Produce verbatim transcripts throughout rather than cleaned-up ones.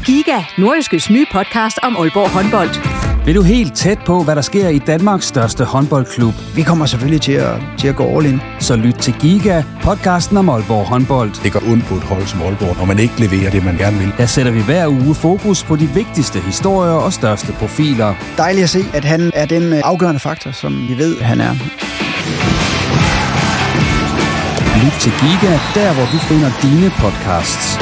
Giga, Nordjyskes nye podcast om Aalborg håndbold. Vil du helt tæt på, hvad der sker i Danmarks største håndboldklub? Vi kommer selvfølgelig til at, til at gå all in. Så lyt til Giga, podcasten om Aalborg håndbold. Det går ondt på et hold som Aalborg, når man ikke leverer det, man gerne vil. Der sætter vi hver uge fokus på de vigtigste historier og største profiler. Dejligt at se, at han er den afgørende faktor, som vi ved, han er. Lyt til Giga, der hvor du finder dine podcasts.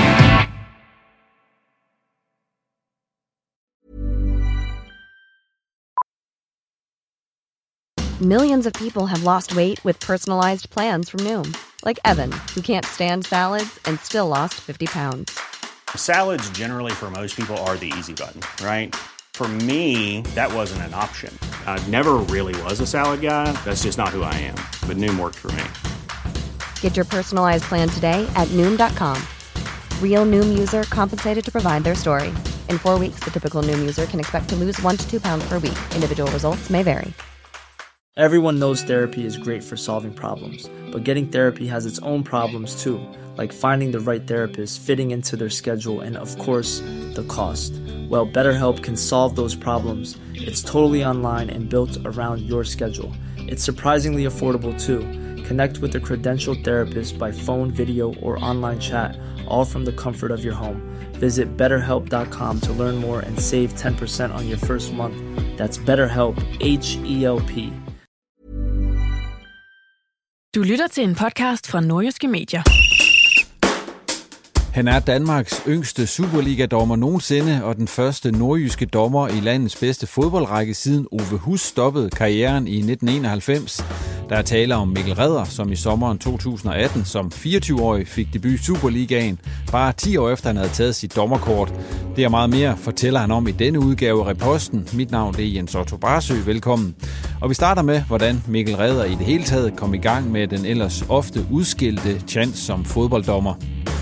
Millions of people have lost weight with personalized plans from Noom. Like Evan, who can't stand salads and still lost fifty pounds. Salads generally for most people are the easy button, right? For me, that wasn't an option. I never really was a salad guy. That's just not who I am. But Noom worked for me. Get your personalized plan today at Noom dot com. Real Noom user compensated to provide their story. In four weeks, the typical Noom user can expect to lose one to two pounds per week. Individual results may vary. Everyone knows therapy is great for solving problems, but getting therapy has its own problems too, like finding the right therapist, fitting into their schedule, and of course, the cost. Well, BetterHelp can solve those problems. It's totally online and built around your schedule. It's surprisingly affordable too. Connect with a credentialed therapist by phone, video, or online chat, all from the comfort of your home. Visit better help dot com to learn more and save ten percent on your first month. That's BetterHelp, H E L P. Du lytter til en podcast fra Nordjyske Medier. Han er Danmarks yngste Superliga-dommer nogensinde, og den første nordjyske dommer i landets bedste fodboldrække siden Ove Hus stoppede karrieren i nitten enoghalvfems. Der er tale om Mikkel Redder, som i sommeren to tusind og atten som fireogtyve-årig fik debut i Superligaen, bare ti år efter han havde taget sit dommerkort. Det er meget mere, fortæller han om i denne udgave af Reposten. Mit navn er Jens Otto Barsø. Velkommen. Og vi starter med, hvordan Mikkel Redder i det hele taget kom i gang med den ellers ofte udskilte chance som fodbolddommer.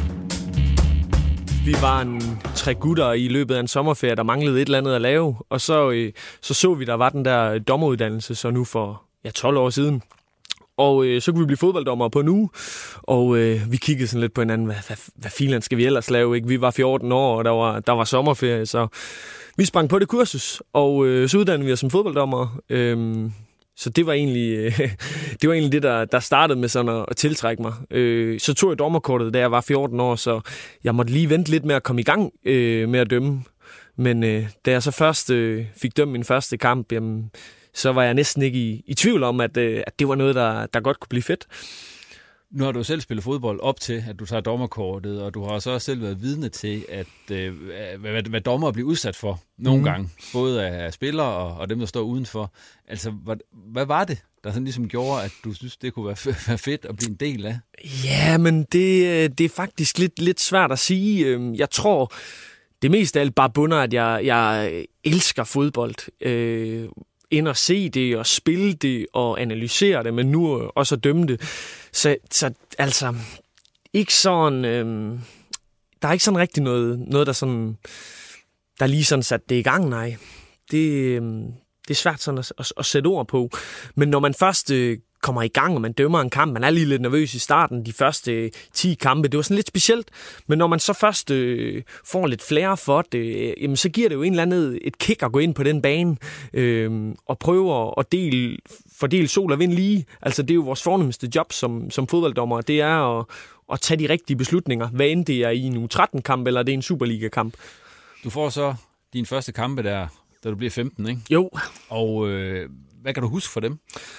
Vi var en tre gutter i løbet af en sommerferie, der manglede et eller andet at lave. Og så øh, så, så vi, der var den der dommeruddannelse, så nu for ja, tolv år siden. Og øh, så kunne vi blive fodbolddommer på en uge. Og øh, vi kiggede sådan lidt på hinanden, hvad, hvad, hvad filen skal vi ellers lave? Ikke? Vi var fjorten år, og der var, der var sommerferie, så vi sprang på det kursus. Og øh, så uddannede vi os som fodbolddommer. Øh, Så det var egentlig øh, det var egentlig det der der startede med sådan at, at tiltrække mig. Øh, så tog jeg dommerkortet, da jeg var fjorten år, så jeg måtte lige vente lidt med at komme i gang øh, med at dømme. Men øh, da jeg så først øh, fik dømt min første kamp, jamen, så var jeg næsten ikke i, i tvivl om, at, øh, at det var noget, der, der godt kunne blive fedt. Nu har du selv spillet fodbold op til, at du tager dommerkortet, og du har så også selv været vidne til, at øh, hvad, hvad dommer bliver udsat for nogle mm. gange, både af spillere og, og dem, der står udenfor. Altså, hvad, hvad var det, der sådan ligesom gjorde, at du synes, det kunne være, være fedt at blive en del af? Ja, men det, det er faktisk lidt, lidt svært at sige. Jeg tror, det mest af alt bare bunder, at jeg, jeg elsker fodbold. Øh, ind og se det, og spille det, og analysere det, men nu også at dømme det. Så, så altså, ikke sådan, øhm, der er ikke sådan rigtig noget, noget der sådan, der lige sådan sat det i gang, nej. Det, øhm, det er svært sådan at, at, at sætte ord på. Men når man først øh, kommer i gang, og man dømmer en kamp, man er lige lidt nervøs i starten, de første ti kampe, det var sådan lidt specielt, men når man så først øh, får lidt flere for det, øh, jamen, så giver det jo en eller anden et kick at gå ind på den bane, øh, og prøve at dele, fordele sol og vind lige. Altså det er jo vores fornemmeste job som, som fodbolddommer, det er at, at tage de rigtige beslutninger, hvad end det er i en U tretten kamp, eller det er en Superliga-kamp. Du får så din første kampe der, da du bliver femten, ikke? Jo. Og øh, hvad kan du huske for dem?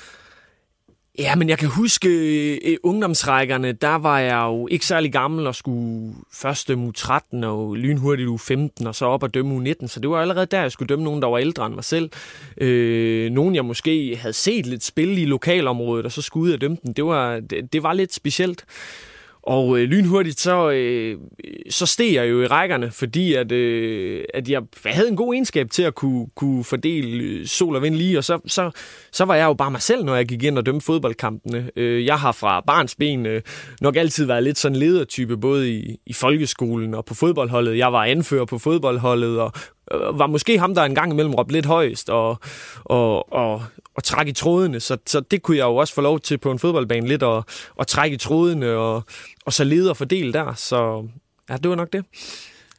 Ja, men jeg kan huske øh, ungdomsrækkerne, der var jeg jo ikke særlig gammel og skulle først dømme U tretten og lynhurtigt U femten og så op og dømme U nitten, så det var allerede der, jeg skulle dømme nogen, der var ældre end mig selv. Øh, nogen, jeg måske havde set lidt spille i lokalområdet, og så skulle ud og dømme dem. Det var, det, det var lidt specielt. Og øh, lynhurtigt, så, øh, så steg jeg jo i rækkerne, fordi at, øh, at jeg havde en god egenskab til at kunne, kunne fordele sol og vind lige, og så, så, så var jeg jo bare mig selv, når jeg gik ind og dømte fodboldkampene. Øh, jeg har fra barnsben øh, nok altid været lidt sådan ledertype, både i, i folkeskolen og på fodboldholdet. Jeg var anfører på fodboldholdet, og øh, var måske ham, der en gang imellem råbte lidt højst, og, og, og, og trække i trådene, så, så det kunne jeg jo også få lov til på en fodboldbane lidt, og, og trække i trådene, og og så lede og fordele der, så ja, det var nok det.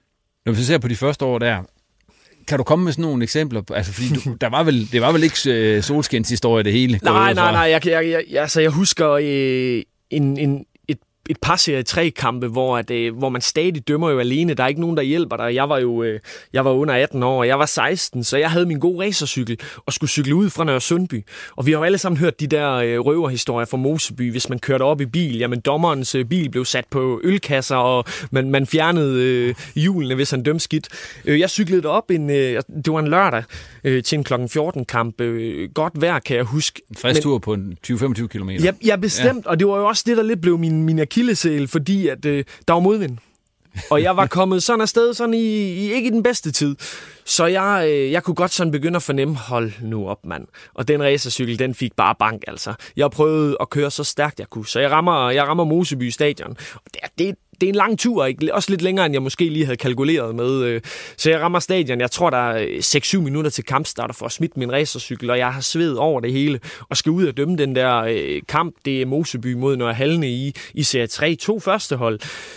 Når vi ser på de første år der, kan du komme med sådan nogle eksempler? Altså, fordi du, der var vel, det var vel ikke uh, solskinshistorie det hele? Nej, nej, nej. Jeg, jeg, jeg, altså, jeg husker øh, en, en, et, et par serie tre kampe, hvor, at, øh, hvor man stadig dømmer jo alene. Der er ikke nogen, der hjælper dig. Jeg var jo øh, jeg var under atten år, og jeg var seksten, så jeg havde min gode racercykel og skulle cykle ud fra Nørre Sundby. Og vi har jo alle sammen hørt de der øh, røverhistorier fra Moseby, hvis man kørte op i bil. Jamen, dommerens øh, bil blev sat på ølkasser, og man, man fjernede øh, hjulene, hvis han dømte skidt. Øh, jeg cyklede derop, en, øh, det var en lørdag, øh, til en klokken fjorten kamp. Øh, godt vejr, kan jeg huske. En frisk tur på en tyve til femogtyve kilometer. Ja, ja, bestemt, ja. Og det var jo også det, der lidt blev min, min akilleshæl, fordi at, øh, der var modvind. Og jeg var kommet sådan afsted sådan i, i ikke i den bedste tid. Så jeg, øh, jeg kunne godt sådan begynde at fornemme, hold nu op, mand. Og den racercykel, den fik bare bank, altså. Jeg prøvede at køre så stærkt, jeg kunne. Så jeg rammer, jeg rammer Moseby Stadion. Og det, det, det er en lang tur, ikke? Også lidt længere, end jeg måske lige havde kalkuleret med. Øh. Så jeg rammer stadion. Jeg tror, der er seks syv minutter til kampstart for at smitte min racercykel, og jeg har svedet over det hele. Og skal ud og dømme den der øh, kamp. Det er Moseby mod Nørre Halne i, i serie tre. To første hold.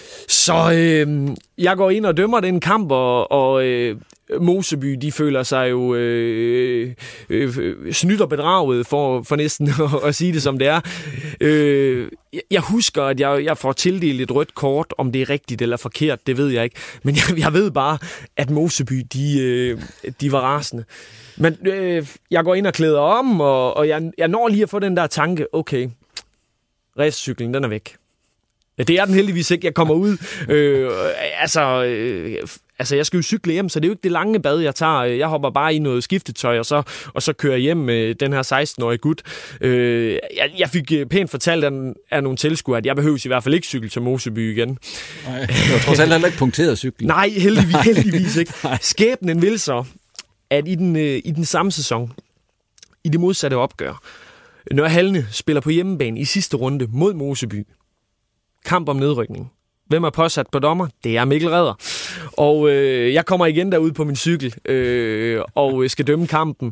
Så øh, jeg går ind og dømmer den kamp, og, og øh, Moseby, de føler sig jo øh, øh, snydt og bedraget, for, for næsten at sige det som det er. Øh, jeg husker, at jeg, jeg får tildelt et rødt kort, om det er rigtigt eller forkert, det ved jeg ikke. Men jeg, jeg ved bare, at Moseby, de, øh, de var rasende. Men øh, jeg går ind og klæder om, og, og jeg, jeg når lige at få den der tanke, okay, racercyklen, den er væk. Det er den heldigvis ikke. Jeg kommer ud. Øh, altså, øh, altså, jeg skal jo cykle hjem, så det er jo ikke det lange bad, jeg tager. Jeg hopper bare i noget skiftetøj, og så, og så kører jeg hjem med den her seksten-årige gut. Øh, jeg, jeg fik pænt fortalt af, af nogle tilskuere, at jeg behøver i hvert fald ikke cykle til Moseby igen. Nej, jeg tror selv heller ikke punkteret cyklen. Nej, heldigvis, heldigvis ikke. Skæbnen vil så, at i den, øh, i den samme sæson, i det modsatte opgør, Nørre Halne spiller på hjemmebane i sidste runde mod Moseby. Kamp om nedrykning. Hvem er påsat på dommer? Det er Mikkel Redder. Og øh, jeg kommer igen derud på min cykel øh, og skal dømme kampen.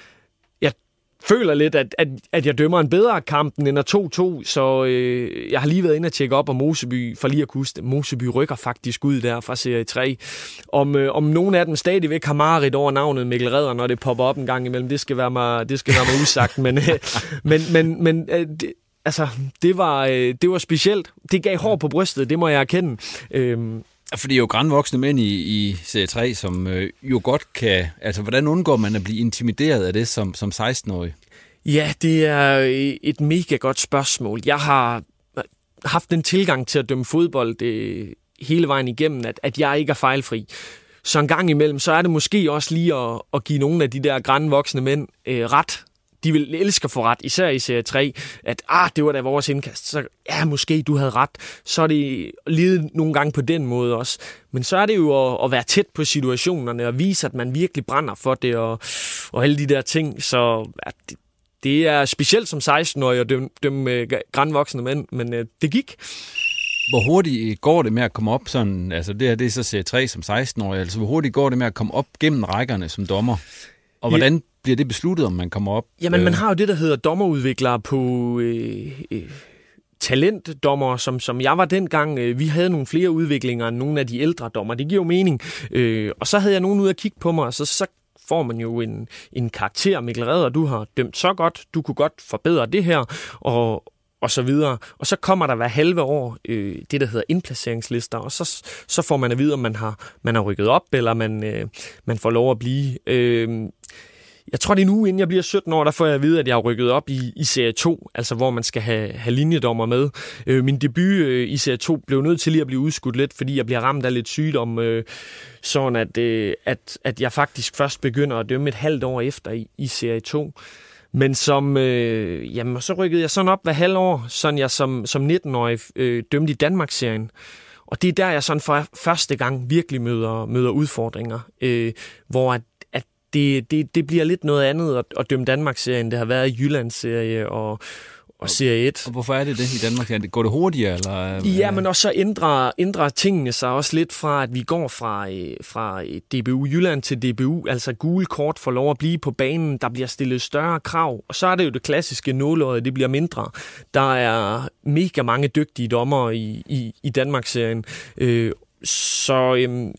Jeg føler lidt, at, at, at jeg dømmer en bedre kamp end to to, så øh, jeg har lige været inde og tjekke op om Moseby, for lige at kunne huske, Moseby rykker faktisk ud der fra serie tre. Om, øh, om nogen af dem stadigvæk har mareridt over navnet Mikkel Redder, når det popper op en gang imellem, det skal være mig, det skal være mig usagt. men, øh, men, men, men øh, det, Altså, det var, øh, det var specielt. Det gav hår på brystet, det må jeg erkende. Øhm. Fordi jo grandvoksne mænd i, i serie tre, som øh, jo godt kan... Altså, hvordan undgår man at blive intimideret af det som, som seksten-årig? Ja, det er et mega godt spørgsmål. Jeg har haft en tilgang til at dømme fodbold øh, hele vejen igennem, at, at jeg ikke er fejlfri. Så en gang imellem, så er det måske også lige at, at give nogle af de der grandvoksne mænd øh, ret. De vil elske at få ret, især i serie tre, at ah, det var da vores indkast. Så ja, måske du havde ret. Så er det lige nogle gange på den måde også. Men så er det jo at, at være tæt på situationerne og vise, at man virkelig brænder for det og, og alle de der ting. Så ja, det, det er specielt som seksten-årig at dømme, dømme grandvoksne mænd, men uh, det gik. Hvor hurtigt går det med at komme op sådan, altså det her det er så serie tre som seksten-årig, altså hvor hurtigt går det med at komme op gennem rækkerne som dommer? Og hvordan ja. bliver det besluttet, om man kommer op? Jamen, man har jo det, der hedder dommerudviklere på øh, øh, talentdommer, som, som jeg var dengang. Vi havde nogle flere udviklinger end nogle af de ældre dommer. Det giver jo mening. Øh, og så havde jeg nogen ud at kigge på mig, og så, så får man jo en, en karakter. Mikkel Redder, du har dømt så godt, du kunne godt forbedre det her, og og så videre. Og så kommer der hver halve år øh, det, der hedder indplaceringslister, og så, så får man at vide, om man har, man har rykket op, eller man, øh, man får lov at blive. Øh, jeg tror, det er nu, inden jeg bliver sytten år, der får jeg at vide, at jeg har rykket op i, i serie to, altså hvor man skal have, have linjedommer med. Øh, min debut øh, i serie to blev nødt til lige at blive udskudt lidt, fordi jeg bliver ramt af lidt sygdom, øh, sådan at, øh, at, at jeg faktisk først begynder at dømme et halvt år efter i, i serie to. Men som, øh, jamen, så rykkede jeg sådan op hver halvår, sådan jeg som, som nitten-årig øh, dømte i Danmarksserien. Og det er der, jeg sådan for første gang virkelig møder, møder udfordringer, øh, hvor at, at det, det, det bliver lidt noget andet at, at dømme Danmarksserien, det har været i Jyllandsserie og og serie et. Og hvorfor er det det i Danmark? Går det hurtigere? Eller? Ja, men også så ændrer, ændrer tingene sig også lidt fra, at vi går fra, fra D B U Jylland til D B U, altså gule kort får lov at blive på banen, der bliver stillet større krav, og så er det jo det klassiske nåløje, det bliver mindre. Der er mega mange dygtige dommere i, i, i Danmarksserien, øh, så... Øh,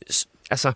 altså...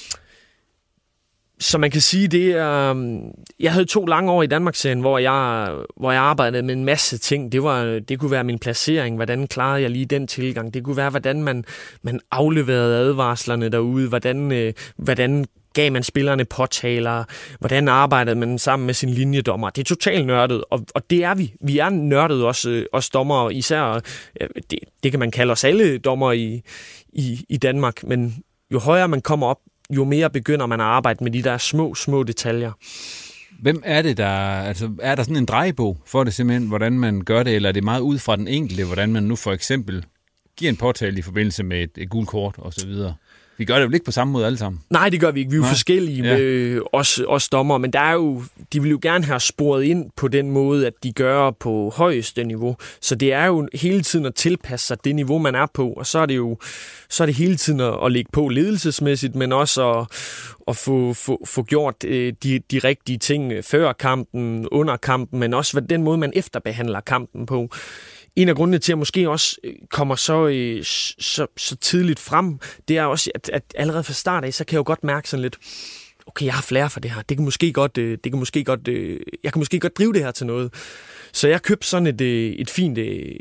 Så man kan sige, det er... Jeg havde to lange år i Danmarksserien, hvor jeg, hvor jeg arbejdede med en masse ting. Det, var, det kunne være min placering, hvordan klarede jeg lige den tilgang. Det kunne være, hvordan man, man afleverede advarslerne derude, hvordan, øh, hvordan gav man spillerne påtaler, hvordan arbejdede man sammen med sin linjedommer. Det er totalt nørdet, og, og det er vi. Vi er nørdet også, også dommere, især... Det, det kan man kalde os alle dommer i, i, i Danmark, men jo højere man kommer op, jo mere begynder man at arbejde med de der små, små detaljer. Hvem er det, der... Altså, er der sådan en drejebog for det simpelthen, hvordan man gør det, eller er det meget ud fra den enkelte, hvordan man nu for eksempel giver en påtale i forbindelse med et, et gult kort og så videre? Vi gør det jo ikke på samme måde alle sammen. Nej, det gør vi ikke. Vi er jo Nej. forskellige ja. med os, os dommer, men der er jo, de vil jo gerne have sporet ind på den måde, at de gør på højeste niveau. Så det er jo hele tiden at tilpasse sig det niveau, man er på, og så er det jo så er det hele tiden at, at lægge på ledelsesmæssigt, men også at, at få, få, få gjort de, de rigtige ting før kampen, under kampen, men også den måde, man efterbehandler kampen på. En af grundene til, at måske også kommer så, så, så tidligt frem, det er også, at, at allerede fra start af, så kan jeg jo godt mærke sådan lidt, okay, jeg har flair for det her. Det kan måske godt, det kan måske godt, jeg kan måske godt drive det her til noget. Så jeg købte sådan et, et fint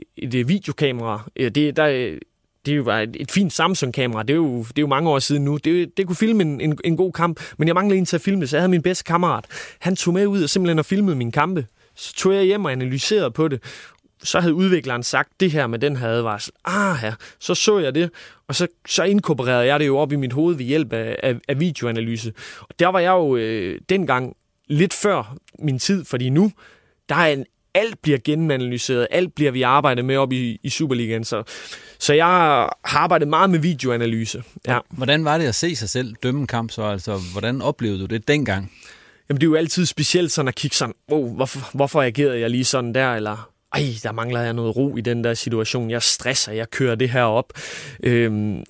et videokamera. Det, der, det er jo et, et fint Samsung-kamera. Det er jo, det er jo mange år siden nu. Det, det kunne filme en, en, en god kamp, men jeg manglede en til at filme det, så jeg havde min bedste kammerat. Han tog med ud og simpelthen og filmede mine kampe. Så tog jeg hjem og analyserede på det. Så havde udvikleren sagt det her med den her advarsel. Ah ja, så så jeg det, og så, så inkorporerede jeg det jo op i mit hoved ved hjælp af, af, af videoanalyse. Og der var jeg jo øh, dengang lidt før min tid, fordi nu, der er en, alt bliver gennemanalyseret, alt bliver vi arbejdet med op i, i Superligaen. Så, så jeg har arbejdet meget med videoanalyse. Ja. Hvordan var det at se sig selv dømme en kamp så? Altså, hvordan oplevede du det dengang? Jamen det er jo altid specielt sådan at kigge sådan, oh, hvorfor, hvorfor agerede jeg lige sådan der, eller... Ej, der mangler jeg noget ro i den der situation. Jeg stresser, jeg kører det her op. Øhm,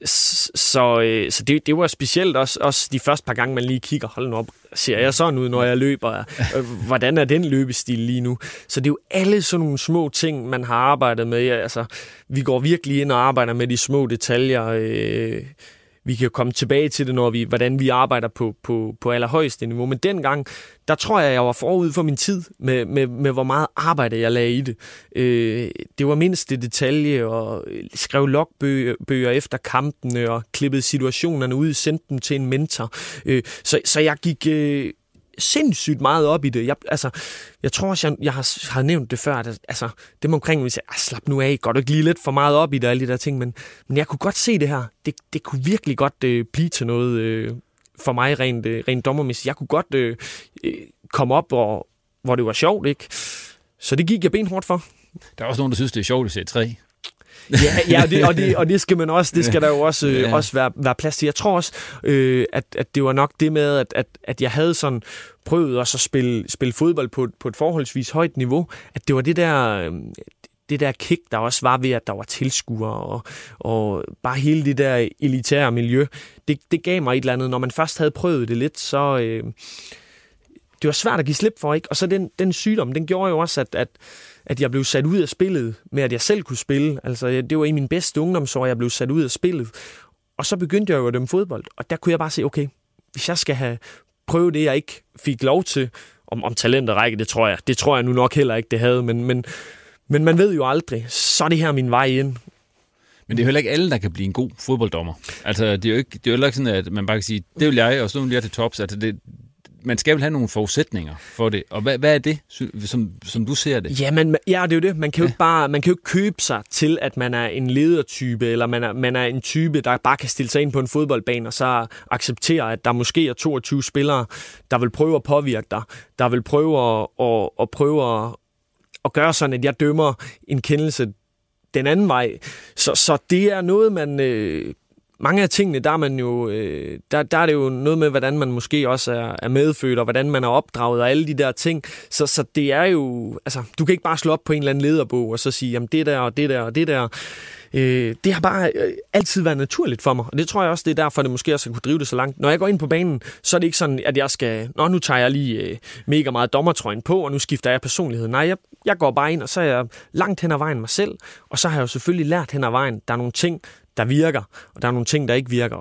så så det, det var specielt også, også de første par gange, man lige kigger, hold nu op, ser jeg sådan ud, når jeg løber? Hvordan er den løbestil lige nu? Så det er jo alle sådan nogle små ting, man har arbejdet med. Altså, vi går virkelig ind og arbejder med de små detaljer. Øh, Vi kan jo komme tilbage til det, når vi, hvordan vi arbejder på, på, på allerhøjeste niveau. Men dengang, der tror jeg, jeg var forud for min tid med, med, med hvor meget arbejde jeg lagde i det. Øh, det var mindste detalje, og skrev logbøger efter kampene, og klippede situationerne ud, sendte dem til en mentor. Øh, så, så jeg gik... Øh, sindssygt meget op i det. Jeg, altså, jeg tror også, jeg, jeg har, har nævnt det før, at altså, det omkring mig, at slap nu af, går du ikke lige lidt for meget op i det, alle de der ting, men, men jeg kunne godt se det her. Det, det kunne virkelig godt øh, blive til noget øh, for mig rent, øh, rent dommermæssigt. Jeg kunne godt øh, komme op, og, hvor det var sjovt, ikke? Så det gik jeg benhårdt for. Der er også nogen, der synes, det er sjovt at se tre. ja, ja og, det, og, det, og det skal man også, det skal der jo også, øh, også være, være plads til. Jeg tror også, øh, at, at det var nok det med, at, at, at jeg havde sådan prøvet også at spille, spille fodbold på, på et forholdsvis højt niveau, at det var det der, det der kick, der også var ved, at der var tilskuere, og, og bare hele det der elitære miljø, det, det gav mig et eller andet. Når man først havde prøvet det lidt, så... Øh, det var svært at give slip for, ikke? Og så den, den sygdom, den gjorde jo også, at, at, at jeg blev sat ud af spillet, med at jeg selv kunne spille. Altså, det var i min bedste ungdomsår, jeg blev sat ud af spillet. Og så begyndte jeg jo at dømme fodbold, og der kunne jeg bare se, okay, hvis jeg skal have prøvet det, jeg ikke fik lov til, om, om talent og række, det tror jeg, det tror jeg nu nok heller ikke, det havde, men, men, men man ved jo aldrig, så er det her min vej ind. Men det er heller ikke alle, der kan blive en god fodbolddommer. Altså, det er jo ikke, det er jo heller ikke sådan, at man bare kan sige, det vil jeg, og så vil jeg til tops. Altså, det, man skal vel have nogle forudsætninger for det. Og hvad, hvad er det, som, som du ser det? Ja, men, ja, det er jo det. Man kan jo ja. ikke bare, man kan jo ikke købe sig til, at man er en ledertype, eller man er, man er en type, der bare kan stille sig ind på en fodboldbane, og så acceptere, at der måske er toogtyve spillere, der vil prøve at påvirke dig, der vil prøve at, at, at, prøve at, at gøre sådan, at jeg dømmer en kendelse den anden vej. Så, så det er noget, man... Øh, mange af tingene, der er, man jo, øh, der, der er det jo noget med, hvordan man måske også er, er medfødt, og hvordan man er opdraget, og alle de der ting. Så, så det er jo... Altså, du kan ikke bare slå op på en eller anden lederbog, og så sige, jamen det der, og det der, og det der. Øh, det har bare øh, altid været naturligt for mig, og det tror jeg også, det er derfor, det måske også kunne drive det så langt. Når jeg går ind på banen, så er det ikke sådan, at jeg skal... Nå, nu tager jeg lige øh, mega meget dommertrøjen på, og nu skifter jeg personlighed. Nej, jeg, jeg går bare ind, og så er jeg langt hen ad vejen mig selv, og så har jeg jo selvfølgelig lært hen ad vejen, der er nogle ting, der virker, og der er nogle ting, der ikke virker. Og så,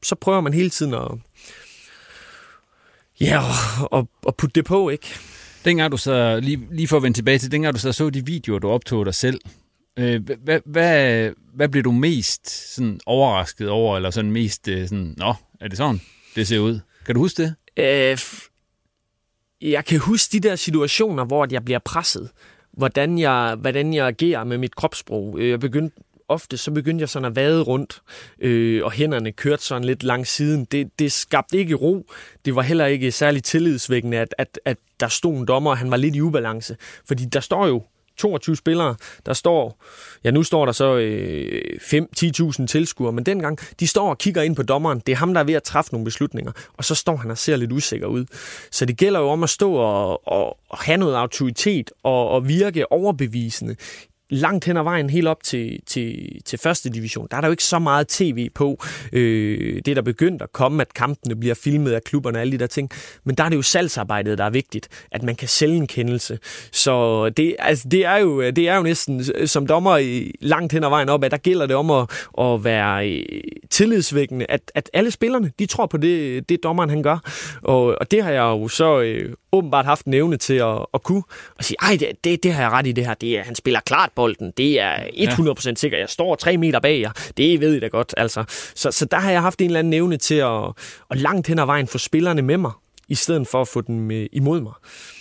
så prøver man hele tiden at, ja, at, at putte det på, ikke? Dengang du så, lige, lige for at vende tilbage til, dengang du så så de videoer, du optog dig selv, øh, hvad, hvad, hvad blev du mest sådan overrasket over, eller sådan mest sådan, nå, er det sådan, det ser ud? Kan du huske det? Øh, jeg kan huske de der situationer, hvor jeg bliver presset. Hvordan jeg, hvordan jeg agerer med mit kropssprog. Jeg begyndte, ofte så begyndte jeg sådan at vade rundt, øh, og hænderne kørte sådan lidt langs siden. Det, det skabte ikke ro. Det var heller ikke særlig tillidsvækkende, at, at, at der stod en dommer, og han var lidt i ubalance. Fordi der står jo toogtyve spillere, der står, ja nu står der så øh, fem til ti tusind tilskuere, men dengang, de står og kigger ind på dommeren, det er ham, der er ved at træffe nogle beslutninger, og så står han og ser lidt usikker ud. Så det gælder jo om at stå og, og, og have noget autoritet, og, og virke overbevisende. Langt hen ad vejen, helt op til, til, til første division, der er der jo ikke så meget tv på. Øh, det er der begyndt at komme, at kampene bliver filmet af klubberne og alle de der ting. Men der er det jo salgsarbejdet, der er vigtigt, at man kan sælge en kendelse. Så det, altså, det, er, jo, det er jo næsten som dommer i, langt hen ad vejen op, at der gælder det om at, at være tillidsvækkende, at, at alle spillerne, de tror på det, det dommeren han gør. Og, og det har jeg jo så øh, åbenbart haft en evne til at, at kunne. Og sige, ej, det, det, det har jeg ret i det her. Det er, han spiller klart bolden. Det er hundrede procent sikkert. Jeg står tre meter bag jer. Det ved I da godt. Altså. Så, så der har jeg haft en eller anden evne til at, at langt hen ad vejen få spillerne med mig, i stedet for at få dem imod mig.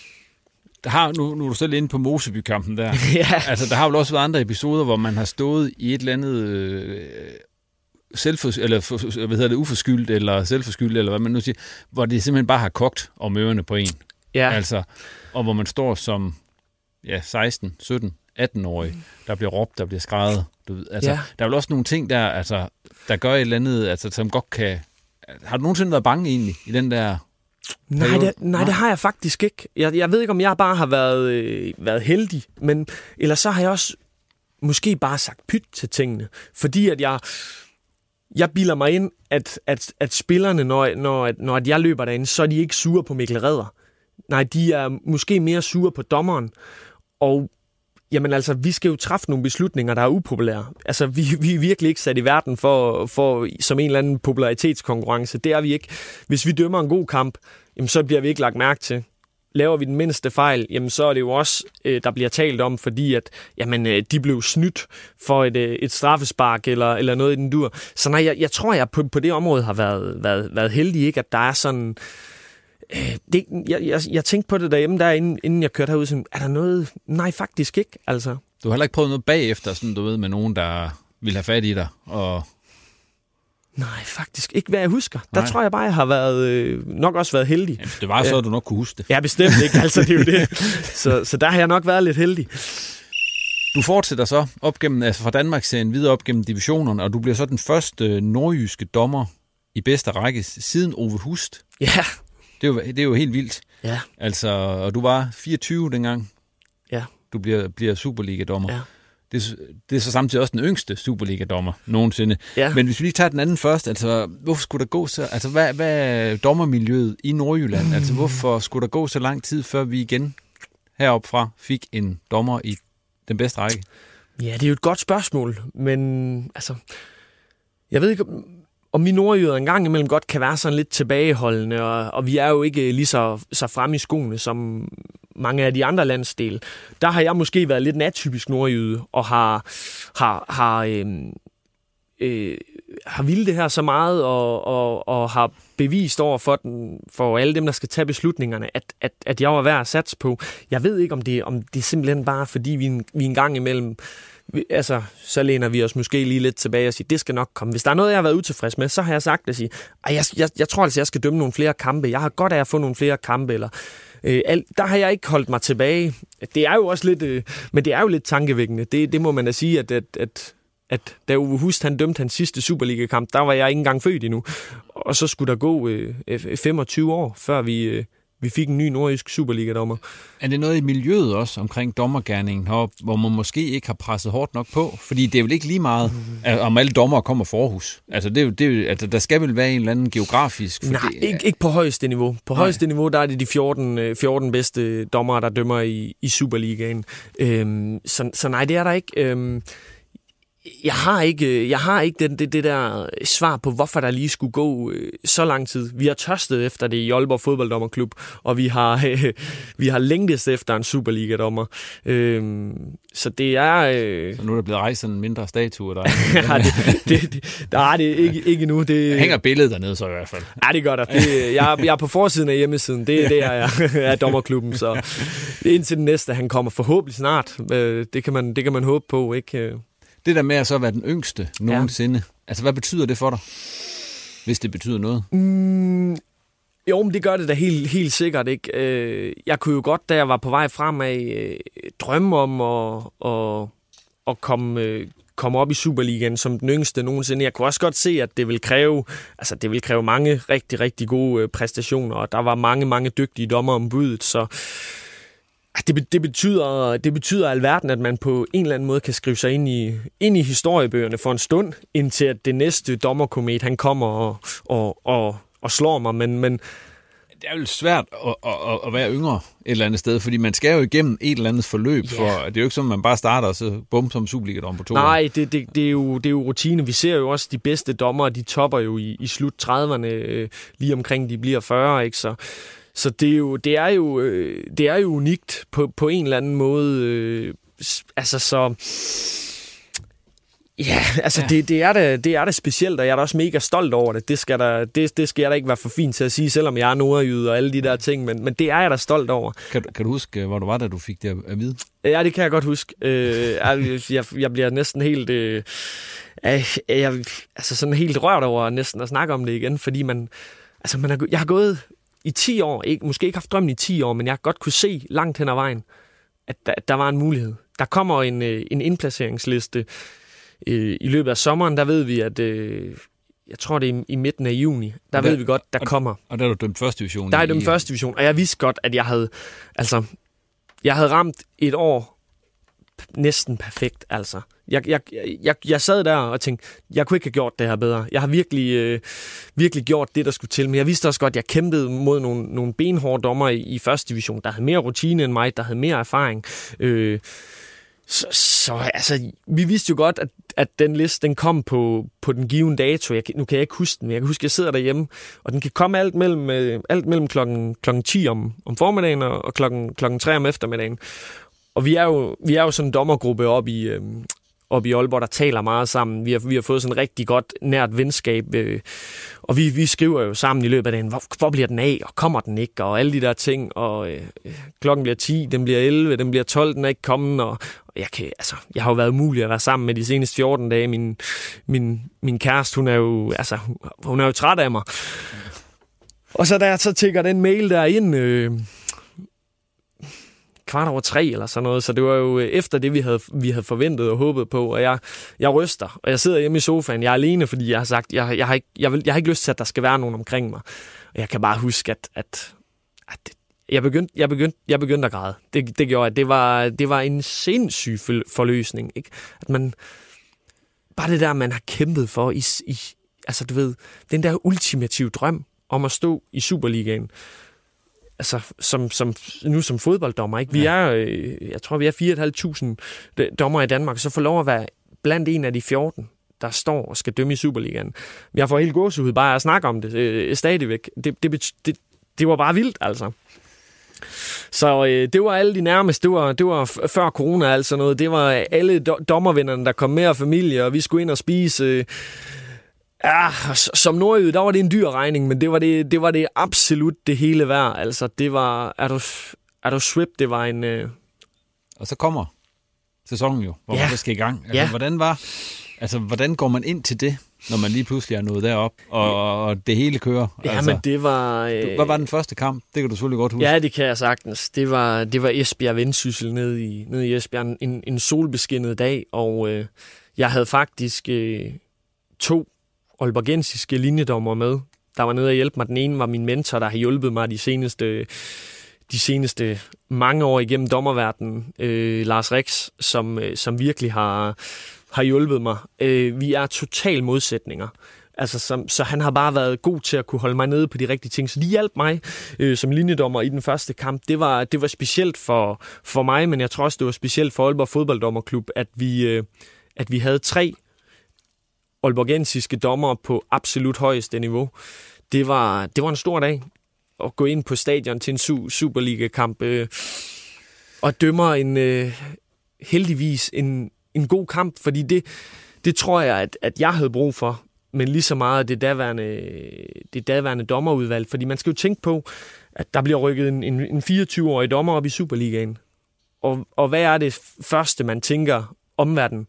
Der har, nu, nu er du selv inde på Moseby-kampen der. Ja. Altså, der har vel også været andre episoder, hvor man har stået i et eller andet øh, selvfors- eller for, hvad hedder det, uforskyldt, eller selvforskyldt, eller hvad man nu siger, hvor det simpelthen bare har kogt om ørerne på en. Ja. Altså, og hvor man står som ja, seksten, sytten, atten-årig, der bliver råbt, der bliver skreget. Du ved. Altså, ja. Der er vel også nogle ting, der, altså, der gør et eller andet, altså, som godt kan... Har du nogensinde været bange egentlig i den der... Nej, det, nej, det har jeg faktisk ikke. Jeg, jeg ved ikke, om jeg bare har været, øh, været heldig, men eller så har jeg også måske bare sagt pyt til tingene, fordi at jeg... Jeg bilder mig ind, at, at, at spillerne, når, når, når jeg løber derinde, så er de ikke sure på Mikkel Redder. Nej, de er måske mere sure på dommeren. Og jamen altså, vi skal jo træffe nogle beslutninger, der er upopulære. Altså, vi, vi er virkelig ikke sat i verden for, for som en eller anden popularitetskonkurrence. Det er vi ikke. Hvis vi dømmer en god kamp, jamen, så bliver vi ikke lagt mærke til. Laver vi den mindste fejl, jamen så er det jo også, øh, der bliver talt om, fordi at jamen, øh, de blev snydt for et, øh, et straffespark eller, eller noget i den dur. Så nej, jeg, jeg tror, jeg på, på det område har været, været, været heldig, ikke? At der er sådan... Øh, det, jeg, jeg, jeg tænkte på det derhjemme, der, inden, inden jeg kørte herud, sådan, er der noget? Nej, faktisk ikke, altså. Du har heller ikke prøvet noget bagefter, sådan du ved, med nogen, der vil have fat i dig, og... Nej, faktisk ikke, hvad jeg husker. Nej. Der tror jeg bare, jeg har været, øh, nok også været heldig. Jamen, det var så, at du nok kunne huske det. Ja, bestemt ikke. Altså, det er jo det. Så, så der har jeg nok været lidt heldig. Du fortsætter så op gennem, altså fra Danmarksserien videre op gennem divisionerne, og du bliver så den første nordjyske dommer i bedste række siden Ove Hust. Ja. Det er jo, det er jo helt vildt. Ja. Altså, og du var fireogtyve dengang. Ja. Du bliver, bliver Superliga-dommer. Ja. Det, det er så samtidig også den yngste Superliga-dommer nogensinde. Ja. Men hvis vi lige tager den anden først, altså hvorfor skulle der gå så, altså hvad, hvad er dommermiljøet i Nordjylland? Mm. Altså hvorfor skulle der gå så lang tid, før vi igen heroppe fra fik en dommer i den bedste række? Ja, det er jo et godt spørgsmål, men altså, jeg ved ikke, om vi nordjyder en gang imellem godt kan være sådan lidt tilbageholdende, og, og vi er jo ikke lige så, så fremme i skoene som mange af de andre landsdele. Der har jeg måske været lidt en atypisk nordjyde, og har, har, har, øh, øh, har vildt det her så meget, og, og, og har bevist over for, den, for alle dem, der skal tage beslutningerne, at, at, at jeg var værd at satse på. Jeg ved ikke, om det, om det er simpelthen bare, fordi vi, vi en gang imellem, altså, så læner vi os måske lige lidt tilbage og siger, det skal nok komme. Hvis der er noget, jeg har været utilfreds med, så har jeg sagt at sige, jeg, jeg, jeg tror altså, jeg skal dømme nogle flere kampe. Jeg har godt af at få nogle flere kampe, eller øh, alt, der har jeg ikke holdt mig tilbage. Det er jo også lidt, øh, men det er jo lidt tankevækkende. Det, det må man da sige, at, at, at, at da Ove Hust, han dømte hans sidste Superliga-kamp, der var jeg ikke engang født endnu. Og så skulle der gå øh, femogtyve år, før vi... Øh, Vi fik en ny nordjysk Superliga-dommer. Er det noget i miljøet også omkring dommergerningen heroppe, hvor man måske ikke har presset hårdt nok på? Fordi det er vel ikke lige meget, mm. om alle dommere kommer fra Aarhus. Altså, det er, det er, altså der skal vel være en eller anden geografisk... Nej, det, ikke, ikke på højeste niveau. På nej. højeste niveau, der er det de fjorten, fjorten bedste dommere, der dømmer i, i Superligaen. Øhm, så, så nej, det er der ikke. Øhm, Jeg har ikke, jeg har ikke det, det, det der svar på, hvorfor der lige skulle gå øh, så lang tid. Vi har tørstet efter det i Aalborg Fodbolddommerklub, og vi har, øh, vi har længtes efter en Superliga-dommer. Øh, så det er... Øh... Så nu er der blevet rejst en mindre statue der. ja, det, det, det, nej, det er ikke, ikke nu. Det der hænger billedet dernede så i hvert fald. Ja, det gør der. Det, jeg, jeg er på forsiden af hjemmesiden. Det er det, jeg er af dommerklubben. Så indtil den næste, han kommer forhåbentlig snart. Øh, det, kan man, det kan man håbe på, ikke? Det der med at så være den yngste nogensinde, ja. Altså hvad betyder det for dig, hvis det betyder noget? Mm, jo, men det gør det da helt, helt sikkert, ikke? Jeg kunne jo godt, da jeg var på vej fremad, drømme om at, at, at komme, komme op i Superligaen som den yngste nogensinde. Jeg kunne også godt se, at det vil kræve, altså det vil kræve mange rigtig, rigtig gode præstationer, og der var mange, mange dygtige dommer om budet, så Det, det, betyder, det betyder alverden, at man på en eller anden måde kan skrive sig ind i, ind i historiebøgerne for en stund, indtil at det næste dommerkomet, han kommer og, og, og, og slår mig. Men, men det er jo svært at, at, at være yngre et eller andet sted, fordi man skal jo igennem et eller andet forløb. Yeah. For det er jo ikke sådan, at man bare starter og så bum som Superliga-dommer på to. Nej, det, det, det, er jo, det er jo rutine. Vi ser jo også de bedste dommere, de topper jo i, i slut trediverne, øh, lige omkring de bliver fyrre, ikke? Så Så det er jo, det er jo, det er jo unikt på, på en eller anden måde. Øh, altså så... Ja, altså ja. Det, det, er det, det er det specielt, og jeg er da også mega stolt over det. Det skal, der, det, det skal jeg da ikke være for fint til at sige, selvom jeg er nordjyde og alle de der ting, men, men det er jeg da stolt over. Kan, kan du huske, hvor du var, da du fik det at vide? Ja, det kan jeg godt huske. Øh, jeg, jeg bliver næsten helt... Øh, jeg, altså sådan helt rørt over næsten at snakke om det igen, fordi man... Altså man har, jeg har gået... i ti år, ikke, måske ikke haft drømmen i ti år, men jeg har godt kunne se langt hen ad vejen, at der, at der var en mulighed. Der kommer en, en indplaceringsliste øh, i løbet af sommeren, der ved vi, at øh, jeg tror, det er i, i midten af juni, der, der ved vi godt, der og, kommer. Og der er du dømt første division. Der er dømt første division, og jeg vidste godt, at jeg havde, altså, jeg havde ramt et år næsten perfekt, altså. Jeg, jeg, jeg, jeg sad der og tænkte, jeg kunne ikke have gjort det her bedre. Jeg har virkelig, øh, virkelig gjort det, der skulle til. Men jeg vidste også godt, at jeg kæmpede mod nogle, nogle benhårde dommer i, i første division, der havde mere rutine end mig, der havde mere erfaring. Øh, så, så altså, vi vidste jo godt, at, at den liste, den kom på, på den givne dato. Jeg, nu kan jeg ikke huske den, men jeg kan huske, at jeg sidder derhjemme, og den kan komme alt mellem, alt mellem klokken, klokken ti om, om formiddagen og, og klokken, klokken tre om eftermiddagen. Og vi er jo, vi er jo sådan en dommergruppe op i... Øh, oppe i Aalborg, der taler meget sammen. Vi har, vi har fået sådan et rigtig godt, nært venskab, øh, og vi, vi skriver jo sammen i løbet af dagen, hvor, hvor bliver den af, og kommer den ikke, og alle de der ting, og øh, klokken bliver ti, den bliver elleve, den bliver tolv, den er ikke kommet, og, og jeg, kan, altså, jeg har jo været umulig at være sammen med de seneste fjorten dage. Min, min, min kæreste, hun er jo, altså, hun er jo træt af mig. Og så da jeg så tækker den mail der ind, øh, kvart over tre eller sådan noget, så det var jo efter det, vi havde, vi havde forventet og håbet på, og jeg, jeg ryster, og jeg sidder hjemme i sofaen, jeg er alene, fordi jeg har sagt, jeg, jeg, har, ikke, jeg, vil, jeg har ikke lyst til, at der skal være nogen omkring mig, og jeg kan bare huske, at, at, at jeg, begyndte, jeg, begyndte, jeg begyndte at græde. Det, det gjorde jeg. Det var, det var en sindssyg forløsning, ikke? At man, bare det der, man har kæmpet for, i, i, altså du ved, den der ultimative drøm om at stå i Superligaen, altså som, som, nu som fodbolddommer, ikke? Vi ja. er, øh, jeg tror, vi er fire tusind fem hundrede dommer i Danmark, så får lov at være blandt en af de fjorten, der står og skal dømme i Superligaen. Jeg får helt gåsehud bare at snakke om det øh, stadigvæk. Det, det, det, det var bare vildt, altså. Så øh, det var alle de nærmeste, det var, det var før corona, altså noget. Det var alle do- dommervennerne, der kom med, og familie, og vi skulle ind og spise... Øh, Ja, som nordjyde, der var det en dyr regning, men det var det, det var det absolut det hele værd. Altså, det var, er du, er du swip, det var en... Øh... Og så kommer sæsonen jo, hvor ja. man skal i gang. Altså, ja. hvordan var, altså, hvordan går man ind til det, når man lige pludselig er nået derop, og, og det hele kører? Ja, altså, men det var... Øh... Hvad var den første kamp? Det kan du selvfølgelig godt huske. Ja, det kan jeg sagtens. Det var, det var Esbjerg Vendsyssel nede i, nede i Esbjerg, en, en solbeskinnet dag, og øh, jeg havde faktisk øh, to aalborgensiske linjedommer med, der var nede og hjælpe mig. Den ene var min mentor, der har hjulpet mig de seneste, de seneste mange år igennem dommerverdenen, øh, Lars Rix, som, øh, som virkelig har, har hjulpet mig. Øh, vi er total modsætninger. Altså, som, så han har bare været god til at kunne holde mig nede på de rigtige ting. Så de hjalp mig øh, som linjedommer i den første kamp. Det var, det var specielt for, for mig, men jeg tror også, det var specielt for Aalborg Fodbolddommerklub, at vi... Øh, at vi havde tre aalborgensiske dommere på absolut højeste niveau. Det var, det var en stor dag at gå ind på stadion til en su- Superliga-kamp øh, og dømmer en øh, heldigvis en, en god kamp, fordi det, det tror jeg, at, at jeg havde brug for, men lige så meget det daværende, det daværende dommerudvalg, fordi man skal jo tænke på, at der bliver rykket en, en, en fireogtyve-årig dommer op i Superligaen. Og, og hvad er det første, man tænker omverdenen?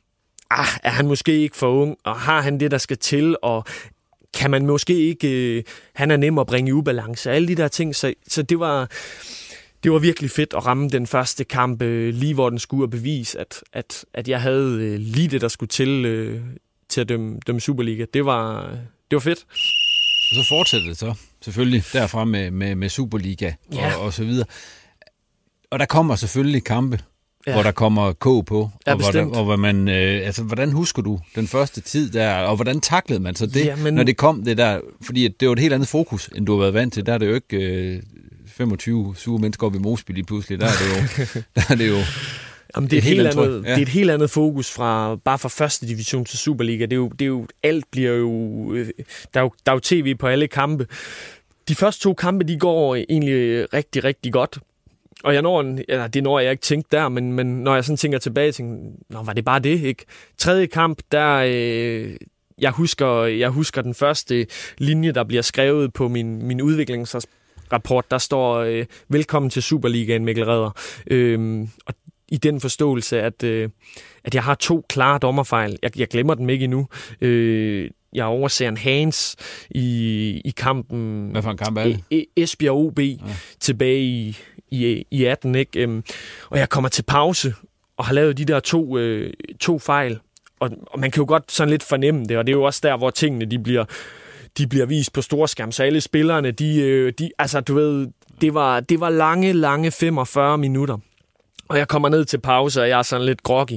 Ah, er han måske ikke for ung, og har han det, der skal til, og kan man måske ikke... Øh, han er nem at bringe i ubalance, alle de der ting. Så, så det var... Det var virkelig fedt at ramme den første kamp, øh, lige hvor den skulle bevise, at, at, at jeg havde øh, lige det, der skulle til, øh, til at dømme, dømme Superliga. Det var, det var fedt. Og så fortsætter det så selvfølgelig derfra med, med, med Superliga ja. og, og så videre. Og der kommer selvfølgelig kampe, ja. hvor der kommer K på, ja, og, hvor der, og hvor man, øh, altså, hvordan husker du den første tid der, og hvordan taklede man så det, ja, men... når det kom det der, fordi det var et helt andet fokus, end du har været vant til. Der er det jo ikke øh, femogtyve sure mennesker op i Mosby lige pludselig, der er det jo... der er det jo Jamen, det, er et helt andet, ja. det er et helt andet fokus fra bare fra første division til Superliga. Det er jo, det er jo alt bliver jo der er jo der er jo tv på alle kampe. De første to kampe, de går egentlig rigtig rigtig godt. Og jeg når en, eller det når jeg ikke tænkt der, men men når jeg sådan tænker tilbage, tænker, nå, var det bare det, ikke? Tredje kamp, der øh, jeg husker jeg husker den første linje, der bliver skrevet på min min udviklingsrapport, der står øh, velkommen til Superligaen, Mikkel Reder. Øh, og i den forståelse, at, øh, at jeg har to klare dommerfejl. Jeg, jeg glemmer dem ikke endnu. Øh, jeg overser en Hans i, i kampen... Hvad for en kamp er det? E- Esbjerg O B ja. tilbage i, i, i atten, ikke? Øhm, og jeg kommer til pause og har lavet de der to, øh, to fejl. Og, og man kan jo godt sådan lidt fornemme det, og det er jo også der, hvor tingene de bliver, de bliver vist på storskærm. Så alle spillerne, de, øh, de, altså du ved, det var, det var lange, lange femogfyrre minutter. Og jeg kommer ned til pause, og jeg er sådan lidt groggy.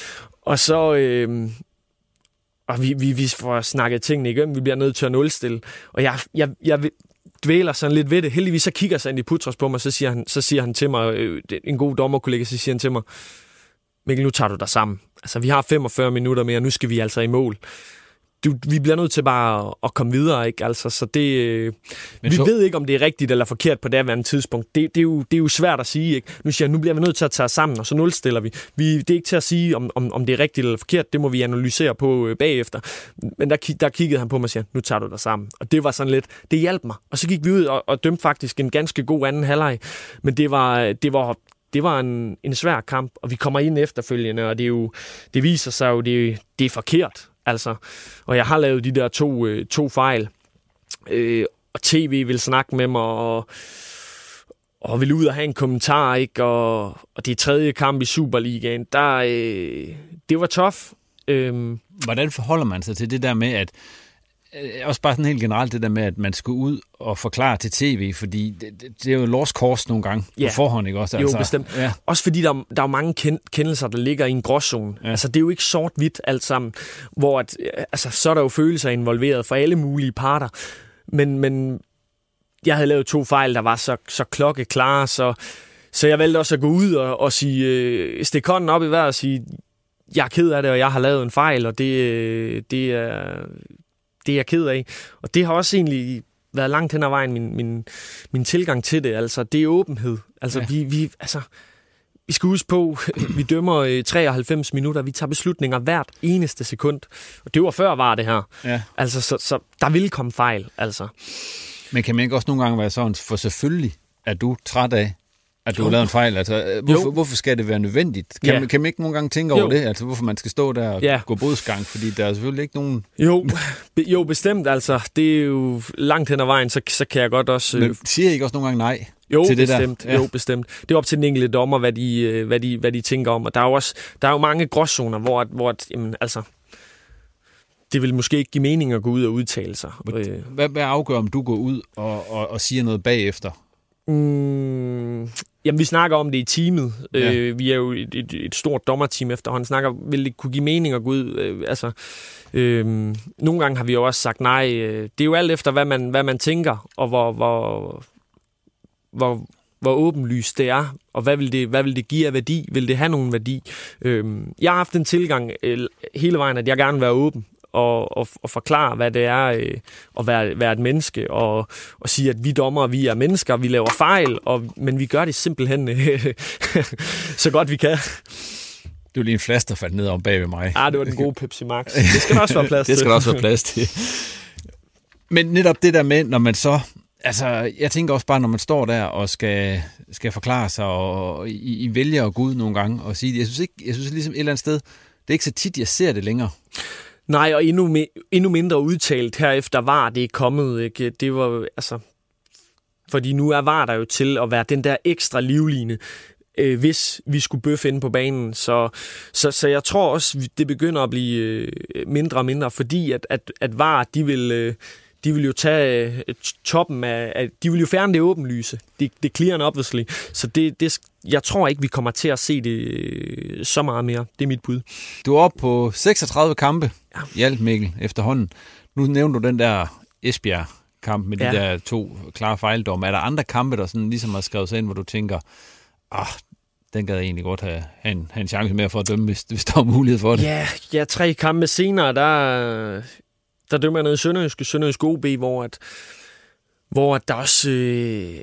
Og så... Øh, og vi, vi, vi får snakket tingene igennem. Vi bliver nødt til at nulstille. Og jeg, jeg, jeg dvæler sådan lidt ved det. Heldigvis så kigger Sandy Putros på mig, så siger han, så siger han til mig, øh, en god dommerkollega, så siger han til mig, Mikkel, nu tager du dig sammen. Altså, vi har femogfyrre minutter mere, nu skal vi altså i mål. Du, vi bliver nødt til bare at, at komme videre, ikke? Altså, så det, øh, vi så... ved ikke, om det er rigtigt eller forkert på det her tidspunkt. Det, det, er jo, det er jo svært at sige, ikke? Nu siger jeg, nu bliver vi nødt til at tage sammen, og så nulstiller vi. vi. Det er ikke til at sige, om, om, om det er rigtigt eller forkert. Det må vi analysere på øh, bagefter. Men der, der kiggede han på mig og siger, nu tager du dig sammen. Og det var sådan lidt, det hjalp mig. Og så gik vi ud og, og dømte faktisk en ganske god anden halvleg. Men det var... Det var Det var en, en svær kamp, og vi kommer ind efterfølgende, og det, er jo, det viser sig jo, det, det er forkert. Altså. Og jeg har lavet de der to, øh, to fejl, øh, og tv vil snakke med mig, og, og vil ud og have en kommentar, ikke? Og, og det er tredje kamp i Superligaen. Der, øh, det var tough. Øh, Hvordan forholder man sig til det der med, at også bare sådan helt generelt det der med, at man skal ud og forklare til tv, fordi det, det, det er jo lost cause nogle gange ja. på forhånd, ikke også? Altså, jo, bestemt. Ja. Også fordi der, der er mange kendelser, der ligger i en gråzone. Ja. Altså, det er jo ikke sort-hvidt alt sammen, hvor at, altså, så er der jo følelser involveret for alle mulige parter. Men, men jeg havde lavet to fejl, der var så, så klokkeklare, så, så jeg valgte også at gå ud og, og sige, øh, stikke hånden op i vejret og sige, jeg er ked af det, og jeg har lavet en fejl, og det, det er... Det er jeg ked af. Og det har også egentlig været langt hen ad vejen, min, min, min tilgang til det. Altså, det er åbenhed. Altså, ja. vi, vi, altså, vi skal huske på, vi dømmer treoghalvfems minutter, vi tager beslutninger hvert eneste sekund. Og det var før var det her. Ja. Altså, så, så der ville komme fejl, altså. Men kan man ikke også nogle gange være sådan, for selvfølgelig er du træt af, at du jo. har lavet en fejl? Altså, hvorfor, hvorfor skal det være nødvendigt? Kan, ja. man, kan man ikke nogle gange tænke jo. over det? Altså, hvorfor man skal stå der og ja. gå bodsgang? Fordi der er selvfølgelig ikke nogen... Jo, be, jo bestemt. Altså, det er jo langt hen ad vejen, så, så kan jeg godt også... Men siger I ikke også nogle gange nej jo, til det bestemt, der? Ja. Jo, bestemt. Det er op til den enkelte dommer, hvad de, hvad de, hvad de tænker om. Og der er jo også der er jo mange gråzoner, hvor, hvor jamen, altså... Det vil måske ikke give mening at gå ud og udtale sig. Hvad, hvad afgør, om du går ud og, og, og siger noget bagefter? Mm, jamen, vi snakker om det i teamet. Ja. Øh, vi er jo et, et, et stort dommerteam efterhånden. Snakker, vil det kunne give mening at gå ud? Øh, altså, øh, nogle gange har vi jo også sagt nej. Øh, det er jo alt efter, hvad man, hvad man tænker, og hvor, hvor, hvor, hvor åbenlyst det er, og hvad vil det, hvad vil det give af værdi? Vil det have nogen værdi? Øhm, jeg har haft en tilgang øh, hele vejen, at jeg gerne vil være åben, og, og, og forklare, hvad det er øh, at være, være et menneske, og, og sige, at vi dommere, vi er mennesker, vi laver fejl, og, men vi gør det simpelthen øh, så godt vi kan. Det var lige en flaske, der faldt ned om bag ved mig. Ah, det var den gode Pepsi Max. Det skal der også være plads til. Det skal der også være plads til. Men netop det der med, når man så... Altså, jeg tænker også bare, når man står der og skal, skal forklare sig, og I, I vælger at gå ud nogle gange og sige det. Jeg synes, ikke, jeg synes ligesom et eller andet sted, det er ikke så tit, jeg ser det længere. Nej, og endnu, endnu mindre udtalt herefter var det kommet. Ikke? Det var, altså... Fordi nu er var der jo til at være den der ekstra livline, øh, hvis vi skulle bøffe inde på banen. Så, så, så jeg tror også, det begynder at blive øh, mindre og mindre, fordi at, at, at var, de vil... Øh, De vil jo tage øh, toppen af, af... De vil jo fjerne det åbenlyse. Det, det clear and obviously. Så det, det, jeg tror ikke, vi kommer til at se det øh, så meget mere. Det er mit bud. Du er oppe på seksogtredive kampe ja. i alt, Mikkel, efterhånden. Nu nævner du den der Esbjerg-kamp med de ja. der to klare fejldomme. Er der andre kampe, der sådan ligesom har skrevet sig ind, hvor du tænker, ah, den gad jeg egentlig godt have, have, en, have en chance mere for at dømme, hvis, hvis der er mulighed for det? Ja, ja, tre kampe senere, der... Der dømmer jeg noget i Sønderjyske, Sønderjyske O B, hvor, at, hvor at der også... Øh...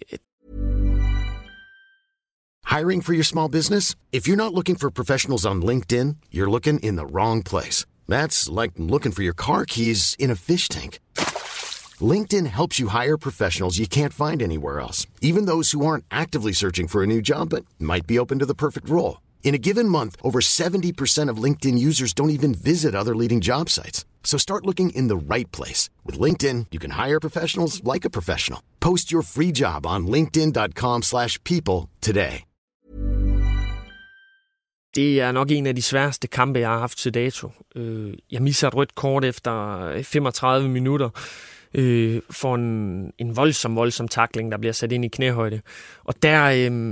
Hiring for your small business? If you're not looking for professionals on LinkedIn, you're looking in the wrong place. That's like looking for your car keys in a fish tank. LinkedIn helps you hire professionals you can't find anywhere else, even those who aren't actively searching for a new job but might be open to the perfect role. In a given month, over seventy percent of LinkedIn users don't even visit other leading job sites. So start looking in the right place. With LinkedIn, you can hire professionals like a professional. Post your free job on linkedin dot com slash people today. Det er nok en af de sværeste kampe, jeg har haft til dato. Jeg misser et rødt kort efter femogtredive minutter for en, en voldsom, voldsom tackling, der bliver sat ind i knæhøjde. Og der,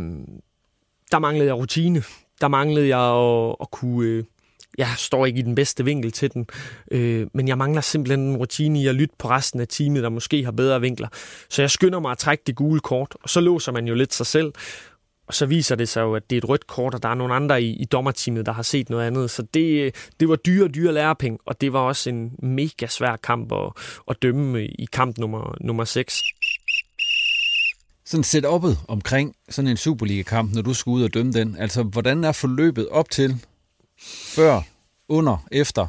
der manglede jeg rutine. Der manglede jeg at, at kunne... Jeg står ikke i den bedste vinkel til den, øh, men jeg mangler simpelthen en rutine i at lytte på resten af teamet, der måske har bedre vinkler. Så jeg skynder mig at trække det gule kort, og så låser man jo lidt sig selv. Og så viser det sig jo, at det er et rødt kort, og der er nogle andre i, i dommerteamet, der har set noget andet. Så det, det var dyre, dyre lærepenge, og det var også en mega svær kamp at, at dømme i kamp nummer, nummer seks. Sådan setup'et omkring sådan en Superliga-kamp, når du skal ud og dømme den. Altså, hvordan er forløbet op til... Før, under, efter,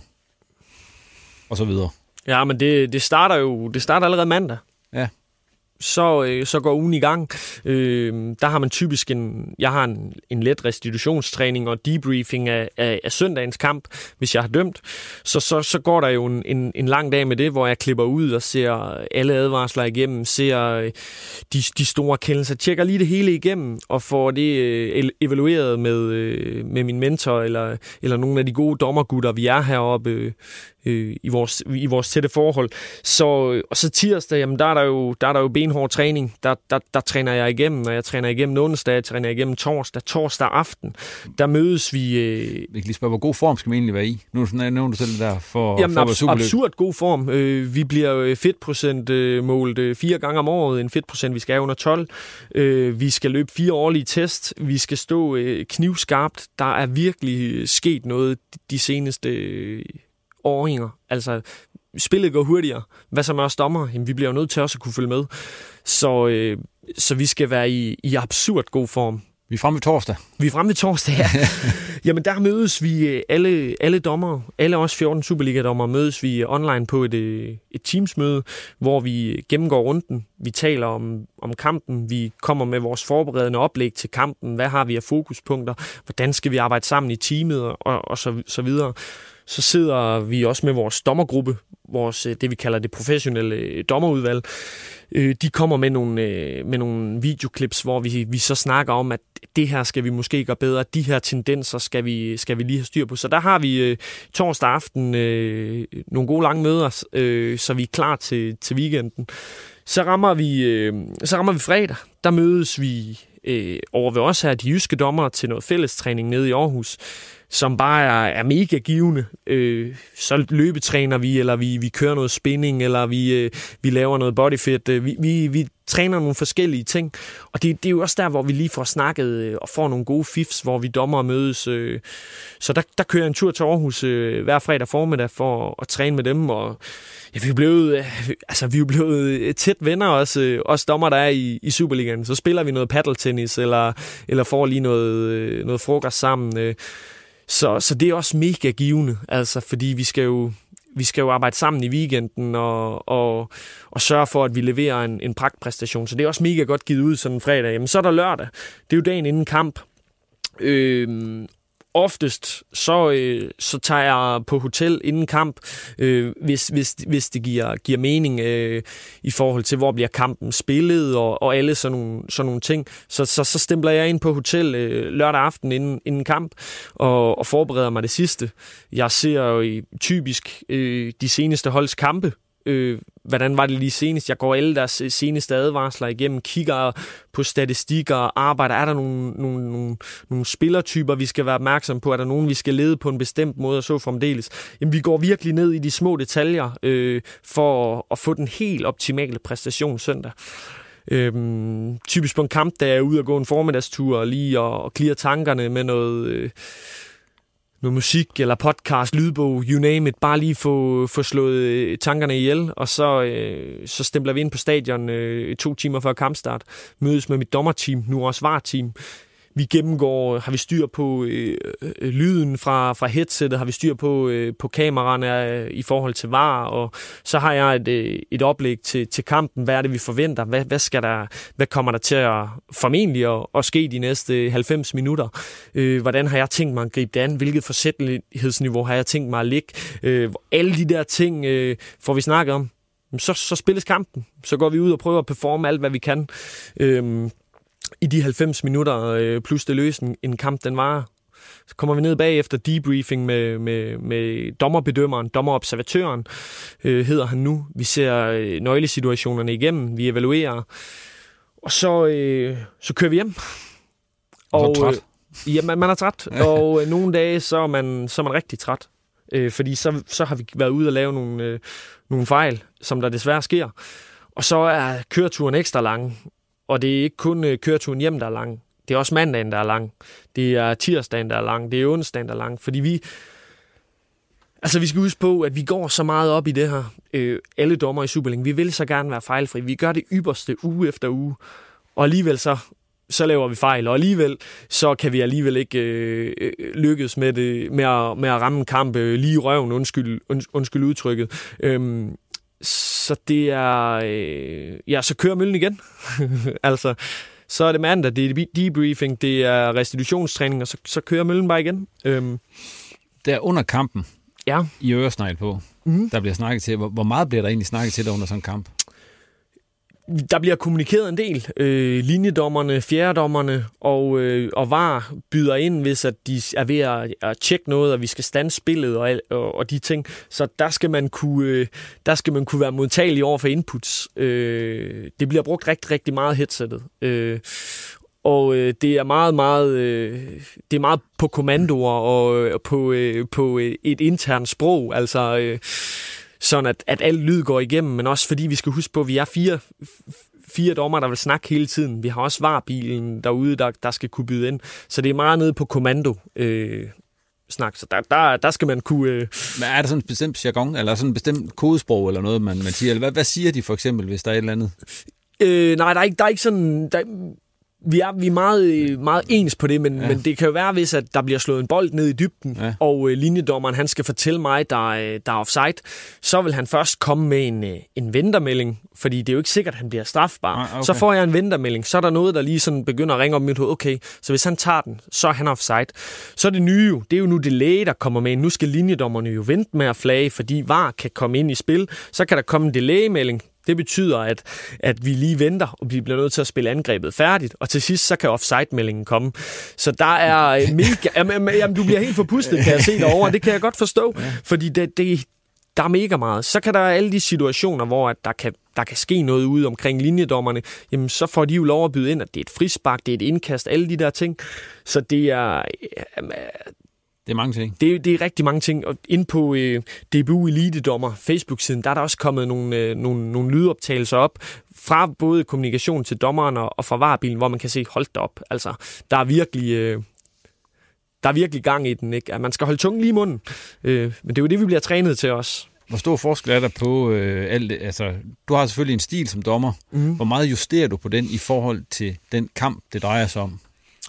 og så videre. Ja, men det, det starter jo det starter allerede mandag. Ja. Så, øh, så går ugen i gang. Øh, der har man typisk en... Jeg har en, en let restitutionstræning og debriefing af, af, af søndagens kamp, hvis jeg har dømt. Så, så, så går der jo en, en, en lang dag med det, hvor jeg klipper ud og ser alle advarsler igennem, ser øh, de, de store kendelser, tjekker lige det hele igennem og får det øh, evalueret med, øh, med min mentor eller, eller nogle af de gode dommergutter, vi er heroppe øh, øh, i, vores, i vores tætte forhold. Så, og så tirsdag, jamen der er der jo, der er der jo benhård træning. Der, der, der træner jeg igennem, og jeg træner igennem onsdag, jeg træner igennem torsdag, torsdag aften. Der mødes vi... Øh... Jeg kan lige spørge, hvor god form skal man egentlig være i? Nu nævner du selv der for, jamen, for at være superløb. Absurd god form. Øh, vi bliver fedtprocent øh, målt øh, fire gange om året. En fedtprocent, vi skal have under tolv. Øh, vi skal løbe fire årlige test. Vi skal stå øh, knivskarpt. Der er virkelig sket noget de seneste øh, åringer. Altså... Spillet går hurtigere. Hvad så med os dommer? Jamen, vi bliver jo nødt til også at kunne følge med. Så, øh, så vi skal være i, i absurd god form. Vi er fremme ved torsdag. Vi er fremme ved torsdag, ja. Jamen, der mødes vi alle, alle dommer, alle os fjorten Superliga-dommer, mødes vi online på et, et Teams-møde, hvor vi gennemgår runden. Vi taler om, om kampen. Vi kommer med vores forberedende oplæg til kampen. Hvad har vi af fokuspunkter? Hvordan skal vi arbejde sammen i teamet? Og, og så, så videre. Så sidder vi også med vores dommergruppe, vores, det vi kalder det professionelle dommerudvalg. De kommer med nogle, med nogle videoklips, hvor vi, vi så snakker om, at det her skal vi måske gøre bedre, de her tendenser skal vi, skal vi lige have styr på. Så der har vi torsdag aften øh, nogle gode lange møder, øh, så vi er klar til, til weekenden. Så rammer vi, øh, så rammer vi fredag. Der mødes vi øh, over ved os her, de jyske dommere, til noget fællestræning nede i Aarhus. som bare er, er mega givende. Øh, så løbetræner vi, eller vi, vi kører noget spinning, eller vi, øh, vi laver noget bodyfit. Øh, vi, vi, vi træner nogle forskellige ting. Og det, det er jo også der, hvor vi lige får snakket øh, og får nogle gode fifs, hvor vi dommer mødes. Øh. Så der, der kører jeg en tur til Aarhus øh, hver fredag formiddag for at træne med dem. Og ja, vi er blevet, øh, altså, vi er blevet tæt venner også, øh, også dommer, der er i, i Superligaen. Så spiller vi noget paddeltennis, eller, eller får lige noget, øh, noget frokost sammen. Øh. Så, så det er også mega givende, altså, fordi vi skal jo vi skal jo arbejde sammen i weekenden og, og, og sørge for, at vi leverer en, en pragtpræstation. Så det er også mega godt givet ud sådan en fredag. Jamen, så er der lørdag. Det er jo dagen inden kamp. Øh, Oftest så, øh, så tager jeg på hotel inden kamp, øh, hvis, hvis, hvis det giver, giver mening øh, i forhold til, hvor bliver kampen spillet og, og alle sådan nogle, sådan nogle ting. Så, så, så stempler jeg ind på hotel øh, lørdag aften inden, inden kamp og, og forbereder mig det sidste. Jeg ser jo typisk øh, de seneste holds kampe. Øh, hvordan var det lige senest? Jeg går alle deres seneste advarsler igennem, kigger på statistikker, arbejder. Er der nogle, nogle, nogle, nogle spillertyper, vi skal være opmærksom på? Er der nogen, vi skal lede på en bestemt måde og så fremdeles? Jamen, vi går virkelig ned i de små detaljer øh, for at, at få den helt optimale præstation søndag. Øhm, typisk på en kamp, der er ude og gå en formiddagstur og lige og, og clear tankerne med noget... Øh, noget musik eller podcast, lydbog, you name it, bare lige få, få slået tankerne ihjel, og så, øh, så stempler vi ind på stadion øh, to timer før kampstart, mødes med mit dommerteam, nu også V A R-team. Vi gennemgår, har vi styr på øh, øh, lyden fra, fra headsettet, har vi styr på, øh, på kameraerne øh, i forhold til V A R, og så har jeg et, øh, et oplæg til, til kampen. Hvad er det, vi forventer? Hvad, hvad, skal der, hvad kommer der til at formentlig at, at ske de næste halvfems minutter? Øh, hvordan har jeg tænkt mig at gribe det an? Hvilket forsætlighedsniveau har jeg tænkt mig at ligge? Øh, alle de der ting øh, får vi snakket om. Så, så spilles kampen. Så går vi ud og prøver at performe alt, hvad vi kan. Øh, I de halvfems minutter øh, plus det løs en, en kamp, den varer. Så kommer vi ned bagefter debriefing med, med, med dommerbedømmeren, dommerobservatøren, øh, hedder han nu. Vi ser øh, nøglesituationerne igennem, vi evaluerer, og så, øh, så kører vi hjem. Og træt. Øh, ja, man, man er træt, og øh, nogle dage, så er man, så er man rigtig træt. Øh, fordi så, så har vi været ude og lave nogle, øh, nogle fejl, som der desværre sker. Og så er køreturen ekstra lang. Og det er ikke kun køreturen hjem, der er lang. Det er også mandagen, der er lang. Det er tirsdagen, der er lang. Det er onsdagen, der er lang. Fordi vi... Altså, vi skal huske på, at vi går så meget op i det her. Øh, alle dommer i Superligaen. Vi vil så gerne være fejlfri. Vi gør det ypperste uge efter uge. Og alligevel så, så laver vi fejl. Og alligevel så kan vi alligevel ikke øh, lykkes med, det, med, at, med at ramme en kamp øh, lige i røven. Undskyld, und, undskyld udtrykket. Øh, Så det er... Øh, ja, så kører møllen igen. altså, så er det mandag, det er debriefing, det er restitutionstræning, og så, så kører møllen bare igen. Øhm. Der under kampen, ja. I øresnegl på, mm-hmm. der bliver snakket til. Hvor, hvor meget bliver der egentlig snakket til der under sådan en kamp? Der bliver kommunikeret en del. Øh, linjedommerne, fjerdedommerne og, øh, og V A R byder ind, hvis at de er ved at, at tjekke noget, og vi skal stands spillet og, og, og de ting. Så der skal man kunne, øh, der skal man kunne være modtagelig over for inputs. Øh, det bliver brugt rigtig, rigtig meget headsettet. Øh, og øh, det er meget, meget, øh, det er meget på kommandoer og øh, på, øh, på et internt sprog. Altså... Øh, sådan at, at al lyd går igennem, men også fordi vi skal huske på, at vi er fire, fire dommer, der vil snakke hele tiden. Vi har også V A R-bilen derude, der, der skal kunne byde ind. Så det er meget nede på kommando øh, snak. Så der, der, der skal man kunne... Øh... Men er der sådan en bestemt jargon, eller sådan en bestemt kodesprog, eller noget, man, man siger? Eller hvad, hvad siger de for eksempel, hvis der er et eller andet? Øh, nej, der er ikke, der er ikke sådan... Der, Vi er, vi er meget, meget ens på det, men, ja. men det kan jo være, hvis at der bliver slået en bold ned i dybden, ja. og øh, linjedommeren han skal fortælle mig, der, øh, der er offside, så vil han først komme med en, øh, en ventermelding, fordi det er jo ikke sikkert, at han bliver strafbar. Ah, okay. Så får jeg en ventermelding, så er der noget, der lige sådan begynder at ringe op i mit hoved. Okay, så hvis han tager den, så er han offside. Så er det nye jo, det er jo nu delay, der kommer med. Nu skal linjedommerne jo vente med at flage, fordi V A R kan komme ind i spil. Så kan der komme en delay-melding. Det betyder, at, at vi lige venter, og vi bliver nødt til at spille angrebet færdigt, og til sidst, så kan offside-meldingen komme. Så der er mega... Jamen, jamen, du bliver helt forpustet, kan jeg se derovre, det kan jeg godt forstå, ja. fordi det, det, der er mega meget. Så kan der alle de situationer, hvor at der, kan, der kan ske noget ude omkring linjedommerne, jamen så får de jo lov at byde ind, at det er et frispark, det er et indkast, alle de der ting. Så det er... Jamen, Det er mange ting. Det, det er rigtig mange ting. Og inde på øh, D B U Elitedommer Facebook-siden, der er der også kommet nogle, øh, nogle, nogle lydoptagelser op fra både kommunikation til dommeren og, og fra varebilen, hvor man kan se, hold da op. Altså, der er virkelig... Øh, der er virkelig gang i den, ikke? At man skal holde tungen lige i munden. Øh, men det er jo det, vi bliver trænet til også. Hvor stor forskel er der på øh, alt det? Altså, du har selvfølgelig en stil som dommer. Mm. Hvor meget justerer du på den i forhold til den kamp, det drejer sig om?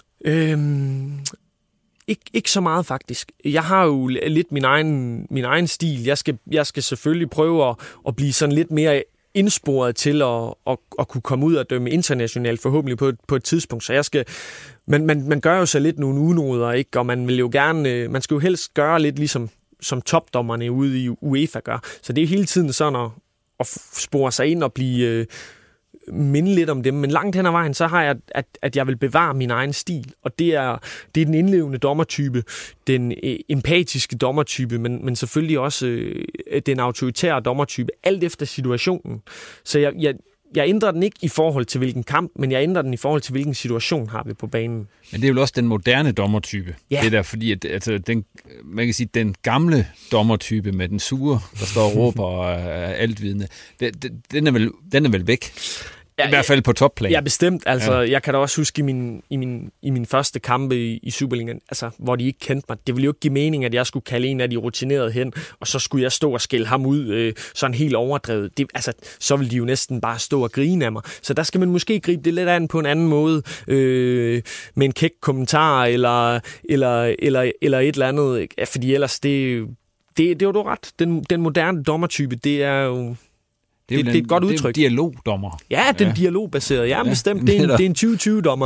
Øhm, ikke, ikke så meget, faktisk. Jeg har jo lidt min egen, min egen stil. Jeg skal, jeg skal selvfølgelig prøve at, at blive sådan lidt mere indsporet til at, at, at kunne komme ud og dømme internationalt, forhåbentlig på et, på et tidspunkt. Så jeg skal... Man, man, man gør jo så lidt nogle unoder, ikke? Og man vil jo gerne... Man skal jo helst gøre lidt ligesom som topdommerne ude i UEFA gør. Så det er hele tiden sådan at, at spore sig ind og blive øh, minde lidt om dem. Men langt hen ad vejen, så har jeg, at, at jeg vil bevare min egen stil. Og det er, det er den indlevende dommertype, den øh, empatiske dommertype, men, men selvfølgelig også øh, den autoritære dommertype, alt efter situationen. Så jeg, jeg, jeg ændrer den ikke i forhold til hvilken kamp, men jeg ændrer den i forhold til hvilken situation har vi på banen. Men det er jo også den moderne dommertype. Ja. Det der, fordi at, altså, den, man kan sige, den gamle dommertype med den sure, der står og råber og er altvidende, den, den, er vel, den er vel væk. I hvert fald på topplan. Ja, bestemt. Altså, ja. Jeg kan da også huske i min, i min, i min første kampe i, i Superligaen, altså, hvor de ikke kendte mig. Det ville jo ikke give mening, at jeg skulle kalde en af de rutinerede hen, og så skulle jeg stå og skælde ham ud øh, sådan helt overdrevet. Det, altså, så ville de jo næsten bare stå og grine af mig. Så der skal man måske gribe det lidt an på en anden måde, øh, med en kæk kommentar, eller, eller, eller, eller et eller andet. Ja, fordi ellers, det, det, det er jo du ret. Den, den moderne dommertype, det er jo... Det er, det, det er et godt udtryk. Det er dialogdommer. Ja, den ja. dialogbaseret. Ja, ja, bestemt. Det er en, det er en tyve tyve-dommer.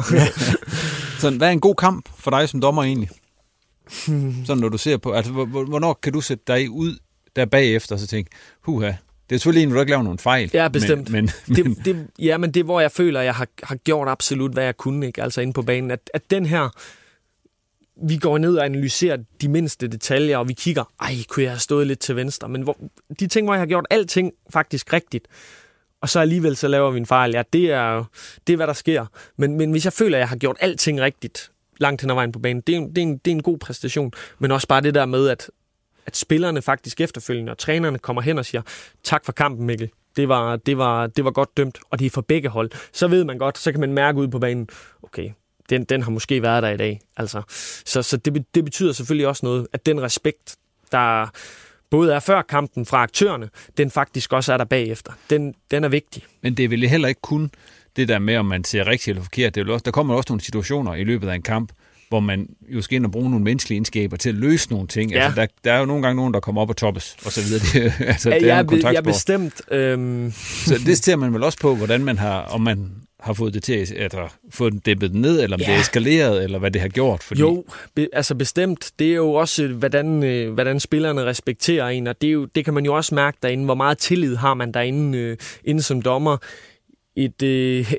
Så hvad er en god kamp for dig som dommer egentlig? Sådan når du ser på... Altså, hvornår kan du sætte dig ud der bagefter og så tænke, huha, det er selvfølgelig en, hvor du ikke laver nogen fejl. Ja, bestemt. Men, men, det, men... Det, ja, men det er, hvor jeg føler, at jeg har, har gjort absolut, hvad jeg kunne, ikke? Altså inde på banen. At, at den her... Vi går ned og analyserer de mindste detaljer, og vi kigger, ej, kunne jeg have stået lidt til venstre? Men hvor, de ting, hvor jeg har gjort alting faktisk rigtigt, og så alligevel så laver vi en fejl, ja, det er, det er hvad der sker. Men, men hvis jeg føler, at jeg har gjort alting rigtigt, langt hen ad vejen på banen, det er, det, er en, det er en god præstation. Men også bare det der med, at, at spillerne faktisk efterfølgende, og trænerne kommer hen og siger, tak for kampen, Mikkel. Det var, det var, det var godt dømt, og det er for begge hold. Så ved man godt, så kan man mærke ud på banen, okay, Den, den har måske været der i dag. Altså. Så, så det, det betyder selvfølgelig også noget, at den respekt, der både er før kampen fra aktørerne, den faktisk også er der bagefter. Den, den er vigtig. Men det er vel heller ikke kun det der med, om man ser rigtigt eller forkert. Det er også, der kommer også nogle situationer i løbet af en kamp, hvor man jo skal ind og bruge nogle menneskelige egenskaber til at løse nogle ting. Ja. Altså, der, der er jo nogle gange nogen, der kommer op og toppes, og så videre. Det, altså, ja, det er jeg, jeg bestemt. Øhm... Så det ser man vel også på, hvordan man har, om man har fået det til at altså, få den dæmpet ned, eller om ja. det er eskaleret, eller hvad det har gjort. Fordi... Jo, be, altså bestemt. Det er jo også, hvordan, øh, hvordan spillerne respekterer en, og det, er jo, det kan man jo også mærke derinde. Hvor meget tillid har man derinde øh, inde som dommer. Et, øh,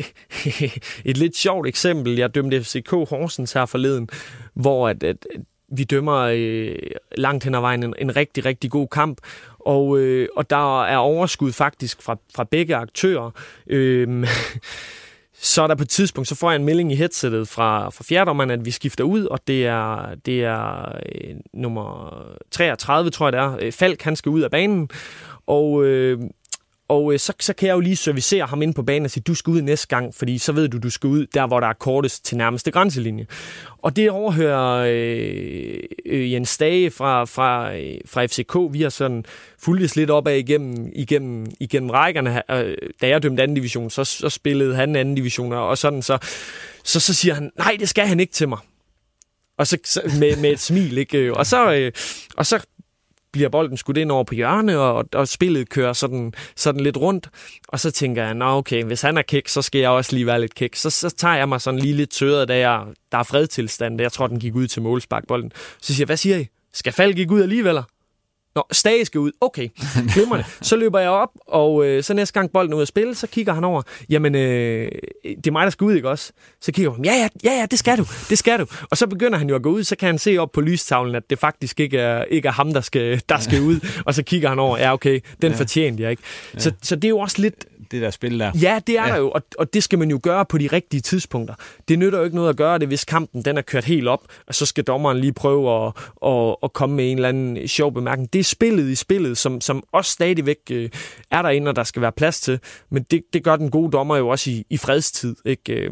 et lidt sjovt eksempel. Jeg dømte F C K Horsens her forleden, hvor at, at, at vi dømmer øh, langt hen ad vejen en, en rigtig, rigtig god kamp. Og, øh, og der er overskud faktisk fra, fra begge aktører. Øh, så er der på et tidspunkt, så får jeg en melding i headsettet fra, fra fjerdommeren, at vi skifter ud, og det er, det er øh, nummer treogtredive, tror jeg det er. Falk, han skal ud af banen, og... Øh, Og øh, så, så kan jeg jo lige servicere ham ind på banen og sige, du skal ud næste gang, fordi så ved du, du skal ud der, hvor der er kortest til nærmeste grænselinje. Og det overhører øh, øh, Jens Stage fra, fra, øh, fra F C K. Vi har sådan fulgtes lidt opad igennem, igennem, igennem rækkerne. Øh, da jeg dømte anden division, så, så spillede han anden division, og sådan så, så, så siger han, nej, det skal han ikke til mig. Og så, så med, med et smil, ikke? Og så... Øh, og så bliver bolden skudt ind over på hjørne, og, og spillet kører sådan, sådan lidt rundt. Og så tænker jeg, nå okay, hvis han er kæk, så skal jeg også lige være lidt kæk. Så, så tager jeg mig sådan lige lidt tøret, da jeg, der er fredtilstand, da jeg tror, den gik ud til målsparkbolden. Så siger jeg, hvad siger I? Skal Falk ikke ud alligevel? Nå, Stage skal ud. Okay, glimrende. Så løber jeg op, og øh, så næste gang bolden er ude at spille, så kigger han over. Jamen, øh, det er mig, der skal ud, ikke også? Så kigger han, ja, ja, ja, ja, det skal du, det skal du. Og så begynder han jo at gå ud, så kan han se op på lystavlen, at det faktisk ikke er, ikke er ham, der skal, der skal ud. Og så kigger han over, ja, okay, den ja. fortjente jeg ikke. Ja. Så, så det er jo også lidt... Det der spil der. Ja, det er ja. der jo, og, og det skal man jo gøre på de rigtige tidspunkter. Det nytter jo ikke noget at gøre det, hvis kampen den er kørt helt op, og så skal dommeren lige prøve at, at, at komme med en eller anden sjov bemærkning. Det er spillet i spillet, som, som også stadigvæk øh, er derinde, og der skal være plads til. Men det, det gør den gode dommer jo også i, i fredstid. Ikke?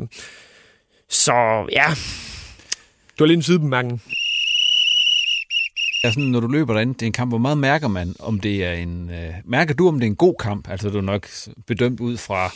Så ja, det var lidt en sidebemærkning. Ja, sådan, når du løber derinde, det er en kamp, hvor meget mærker man, om det er en... Øh, mærker du, om det er en god kamp? Altså, du er nok bedømt ud fra,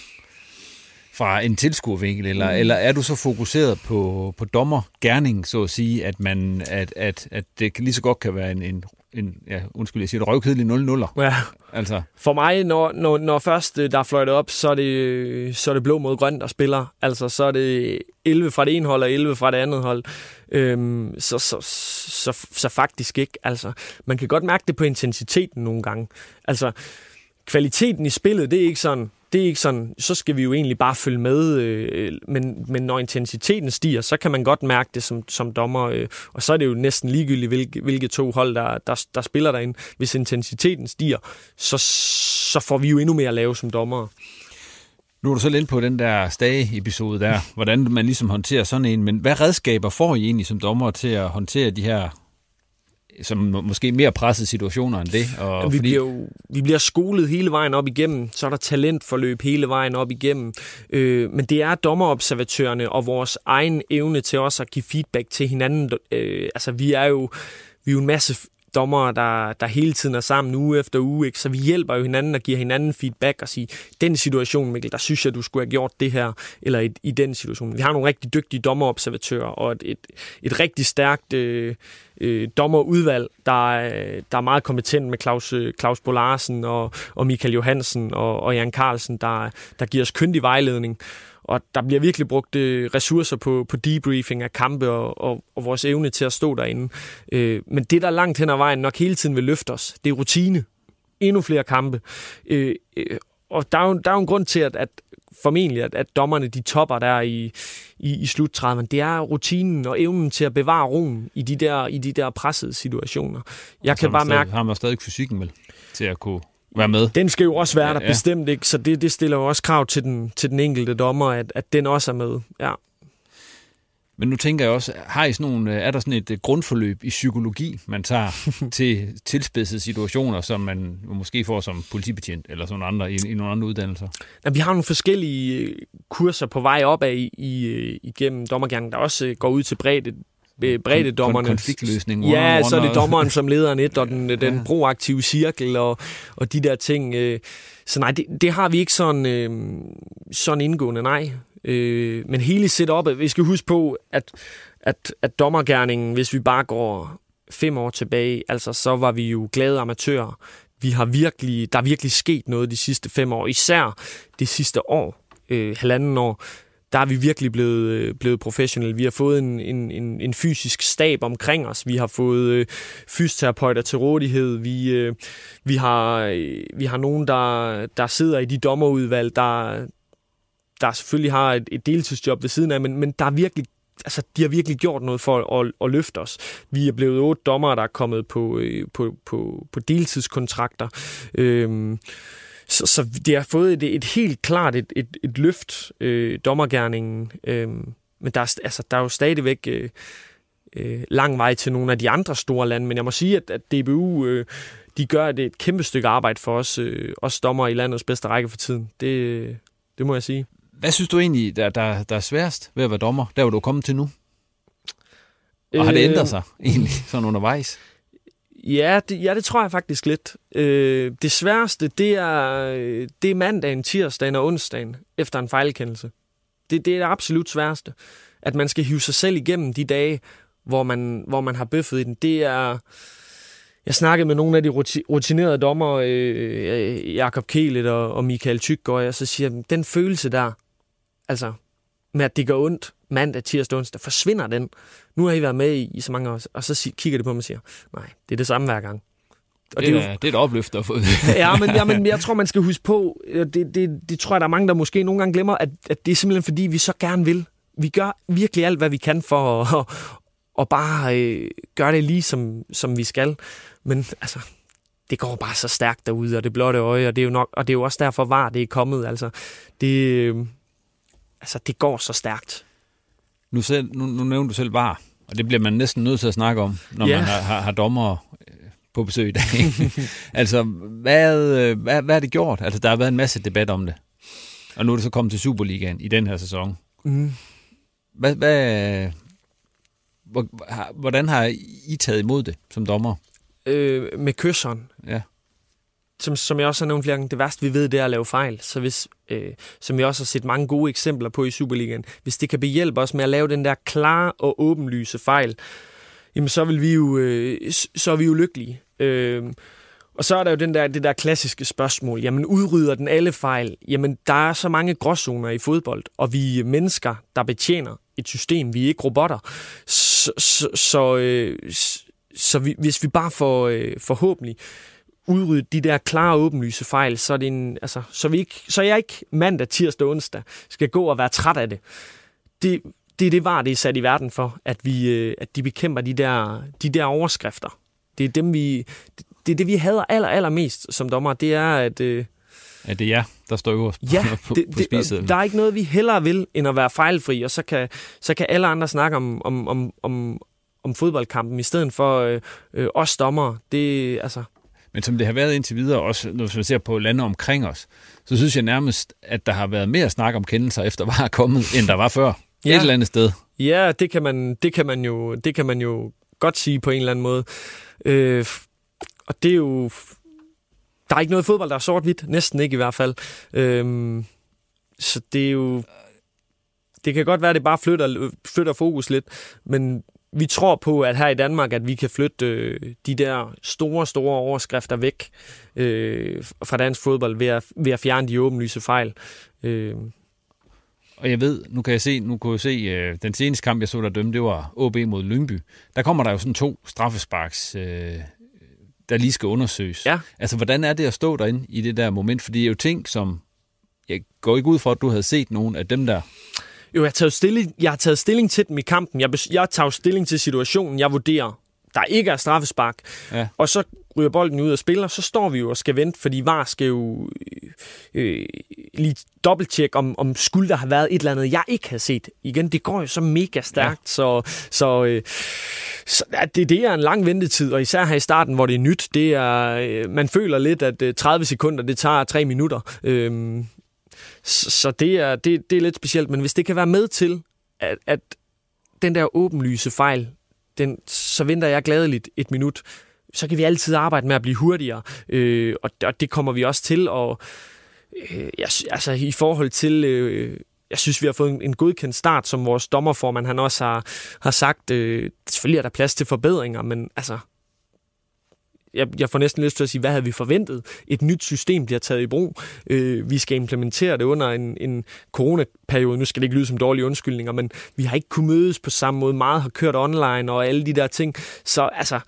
fra en tilskuervinkel, eller, mm. eller er du så fokuseret på, på dommergerningen, så at sige, at, man, at, at, at det lige så godt kan være en... en En, ja, undskyld, jeg siger det, røvkedelig nul nuller. Ja. Altså. For mig, når, når, når først der er fløjtet op, så er, det, så er det blå mod grønt, der spiller. Altså, så er det elleve fra det ene hold og elleve fra det andet hold. Øhm, så, så, så, så faktisk ikke. Altså, man kan godt mærke det på intensiteten nogle gange. Altså, kvaliteten i spillet, det er ikke sådan... Det er ikke sådan, så skal vi jo egentlig bare følge med, øh, men, men når intensiteten stiger, så kan man godt mærke det som, som dommer, øh, og så er det jo næsten ligegyldigt, hvilke, hvilke to hold, der, der, der spiller derinde. Hvis intensiteten stiger, så, så får vi jo endnu mere at lave som dommere. Nu er du så lidt på den der Stage-episode der, hvordan man ligesom håndterer sådan en, men hvad redskaber får I egentlig som dommer til at håndtere de her som måske mere pressede situationer end det? Og vi, fordi... bliver jo, vi bliver skolet hele vejen op igennem, så er der talentforløb hele vejen op igennem. Øh, men det er dommerobservatørerne og vores egen evne til også at give feedback til hinanden. Øh, altså, vi er jo, vi er jo en masse dommere, der, der hele tiden er sammen uge efter uge, ikke? Så vi hjælper jo hinanden og giver hinanden feedback og siger, den situation, Mikkel, der synes jeg, du skulle have gjort det her, eller i, i den situation. Vi har nogle rigtig dygtige dommerobservatører, og et, et, et rigtig stærkt øh, øh, dommerudvalg, der er, der er meget kompetent med Claus, Claus Bo Larsen og, og Michael Johansen og, og Jan Carlsen, der, der giver os kyndig vejledning. Og der bliver virkelig brugt øh, ressourcer på, på debriefing af kampe og, og, og vores evne til at stå derinde. Øh, men det, der langt hen ad vejen nok hele tiden vil løfte os, det er rutine. Endnu flere kampe. Øh, øh, og der er, jo, der er jo en grund til, at, at formentlig, at, at dommerne de topper der i, i, i sluttræden. Det er rutinen og evnen til at bevare roen i de der, i de der pressede situationer. Jeg kan bare stadig, mærke... har man stadig fysikken vel til at kunne... være med. Den skal jo også være der, ja, ja. bestemt ikke, så det, det stiller jo også krav til den, til den enkelte dommer, at, at den også er med. Ja. Men nu tænker jeg også, har I sådan nogle, er der sådan et grundforløb i psykologi, man tager til tilspidsede situationer, som man måske får som politibetjent eller sådan andre i, i nogle andre uddannelser? Ja, vi har nogle forskellige kurser på vej opad i, i, igennem dommergerningen, der også går ud til bredde breddedommerne. Konfliktløsning. Ja, så er det dommeren som lederen et, og den, den ja. proaktive cirkel, og, og de der ting. Så nej, det, det har vi ikke sådan, sådan indgående, nej. Men hele setup'et, vi skal huske på, at, at, at dommergerningen, hvis vi bare går fem år tilbage, altså så var vi jo glade amatører. Vi har virkelig, der er virkelig sket noget de sidste fem år, især det sidste år, øh, halvanden år. Der er vi virkelig blevet, blevet professionelle. Vi har fået en, en, en fysisk stab omkring os. Vi har fået øh, fysioterapeuter til rådighed. Vi, øh, vi, har, øh, vi har nogen, der, der sidder i de dommerudvalg, der, der selvfølgelig har et, et deltidsjob ved siden af, men, men der er virkelig, altså, de har virkelig gjort noget for at, at løfte os. Vi er blevet otte dommere, der er kommet på, øh, på, på, på deltidskontrakter. Øh, Så, så det har fået et, et helt klart et, et, et løft, øh, dommergerningen. Øh, men der er, altså, der er jo stadigvæk øh, øh, lang vej til nogle af de andre store lande. Men jeg må sige, at, at D B U øh, de gør det et kæmpe stykke arbejde for os, øh, os dommer i landets bedste række for tiden. Det, det må jeg sige. Hvad synes du egentlig, der, der, der er sværest ved at være dommer, der hvor du er kommet til nu? Og har det ændret sig egentlig sådan undervejs? Ja det, ja, det tror jeg faktisk lidt. Øh, det sværeste, det er, det er mandagen, tirsdagen og onsdagen efter en fejlkendelse. Det, det er det absolut sværeste. At man skal hive sig selv igennem de dage, hvor man, hvor man har bøffet i den. Det er... Jeg snakkede med nogle af de rutinerede dommer, øh, Jakob Kehlet og, og Michael Tyggaard, og så siger jeg, den følelse der, altså med at det gør ondt mandag, tirsdag, onsdag, forsvinder den. Nu har I været med i, i så mange år, og så kigger de på mig og siger, nej, det er det samme hver gang. Og det, det, er, det er et opløft at få. ja, men, ja, men jeg tror, man skal huske på, det, det, det tror jeg, der er mange, der måske nogle gange glemmer, at, at det er simpelthen fordi, vi så gerne vil. Vi gør virkelig alt, hvad vi kan for at, at bare øh, gøre det lige, som, som vi skal. Men altså, det går bare så stærkt derude, og det blotte øje, og det er jo, nok, og det er jo også derfor, var det er kommet. Altså, det, øh, altså, det går så stærkt. Nu, selv, nu, nu nævner du selv V A R, og det bliver man næsten nødt til at snakke om, når yeah. man har, har, har dommere på besøg i dag. altså, hvad, hvad, hvad har det gjort? Altså, der har været en masse debat om det. Og nu er det så kommet til Superligaen i den her sæson. Mm. Hvad, hvad, hvordan har I taget imod det som dommer? Øh, med kysseren. Ja. Som, som jeg også har nævnt flere gange, det værste vi ved, det er at lave fejl. Så hvis, øh, som jeg også har set mange gode eksempler på i Superligaen, hvis det kan behjælpe os med at lave den der klare og åbenlyse fejl, jamen så vil vi jo, øh, så er vi jo lykkelige. Øh, og så er der jo den der, det der klassiske spørgsmål, jamen udrydder den alle fejl? Jamen der er så mange gråzoner i fodbold, og vi er mennesker, der betjener et system, vi er ikke robotter. Så, så, så, øh, så vi, hvis vi bare får øh, forhåbentlig udrydde de der klare åbenlyse fejl, så er det en, altså, så vi ikke, så jeg ikke mandag, tirsdag og onsdag skal gå og være træt af det. Det det er det var det er sat i verden for, at vi at de bekæmper de der de der overskrifter. Det er dem vi det, det er det vi hader aller allermest som dommer, det er at øh, ja, det er jer, der står øverst ja, på, det, på spisedlen. Der er ikke noget vi hellere vil end at være fejlfri, og så kan så kan alle andre snakke om om om om, om fodboldkampen i stedet for øh, øh, os dommere. Det altså. Men som det har været indtil videre, også når man ser på lande omkring os, så synes jeg nærmest, at der har været mere snak om kendelser efter var kommet, end der var før. Ja. Et eller andet sted. Ja, det kan man, det kan man jo, det kan man jo godt sige på en eller anden måde. Øh, og det er jo, der er ikke noget fodbold, der er sort-hvidt, næsten ikke i hvert fald. Øh, så det er jo, det kan godt være, at det bare flytter, flytter fokus lidt, men vi tror på, at her i Danmark, at vi kan flytte øh, de der store, store overskrifter væk øh, fra dansk fodbold ved at, ved at fjerne de åbenlyse fejl. Øh. Og jeg ved, nu kan jeg se, nu kan jeg se øh, den seneste kamp, jeg så der dømme, det var O B mod Lyngby. Der kommer der jo sådan to straffesparks, øh, der lige skal undersøges. Ja. Altså, hvordan er det at stå derinde i det der moment? Fordi det er jo ting, som jeg går ikke ud fra, at du havde set nogen af dem der. Jo, jeg har taget stilling, jeg har taget stilling til dem i kampen. Jeg, jeg tager stilling til situationen, jeg vurderer, der ikke er straffespark. Ja. Og så ryger bolden ud og spiller, så står vi jo og skal vente, fordi V A R skal jo øh, lige dobbelttjekke, om, om skulle der have været et eller andet, jeg ikke har set. Igen, det går jo så mega stærkt, ja. så, så, øh, så det, det er en lang ventetid, og især her i starten, hvor det er nyt, det er, øh, man føler lidt, at øh, tredive sekunder, det tager tre minutter. Øh, Så det er, det, det er lidt specielt, men hvis det kan være med til, at, at den der åbenlyse fejl, den, så venter jeg gladeligt et minut, så kan vi altid arbejde med at blive hurtigere, øh, og, og det kommer vi også til, og øh, jeg, altså i forhold til, øh, jeg synes vi har fået en, en godkendt start, som vores dommerformand, han også har, har sagt, øh, selvfølgelig er der plads til forbedringer, men altså, Jeg, jeg får næsten lyst til at sige, hvad havde vi forventet? Et nyt system bliver taget i brug. Øh, vi skal implementere det under en, en coronaperiode. Nu skal det ikke lyde som dårlige undskyldninger, men vi har ikke kunnet mødes på samme måde. Meget har kørt online og alle de der ting. Så altså,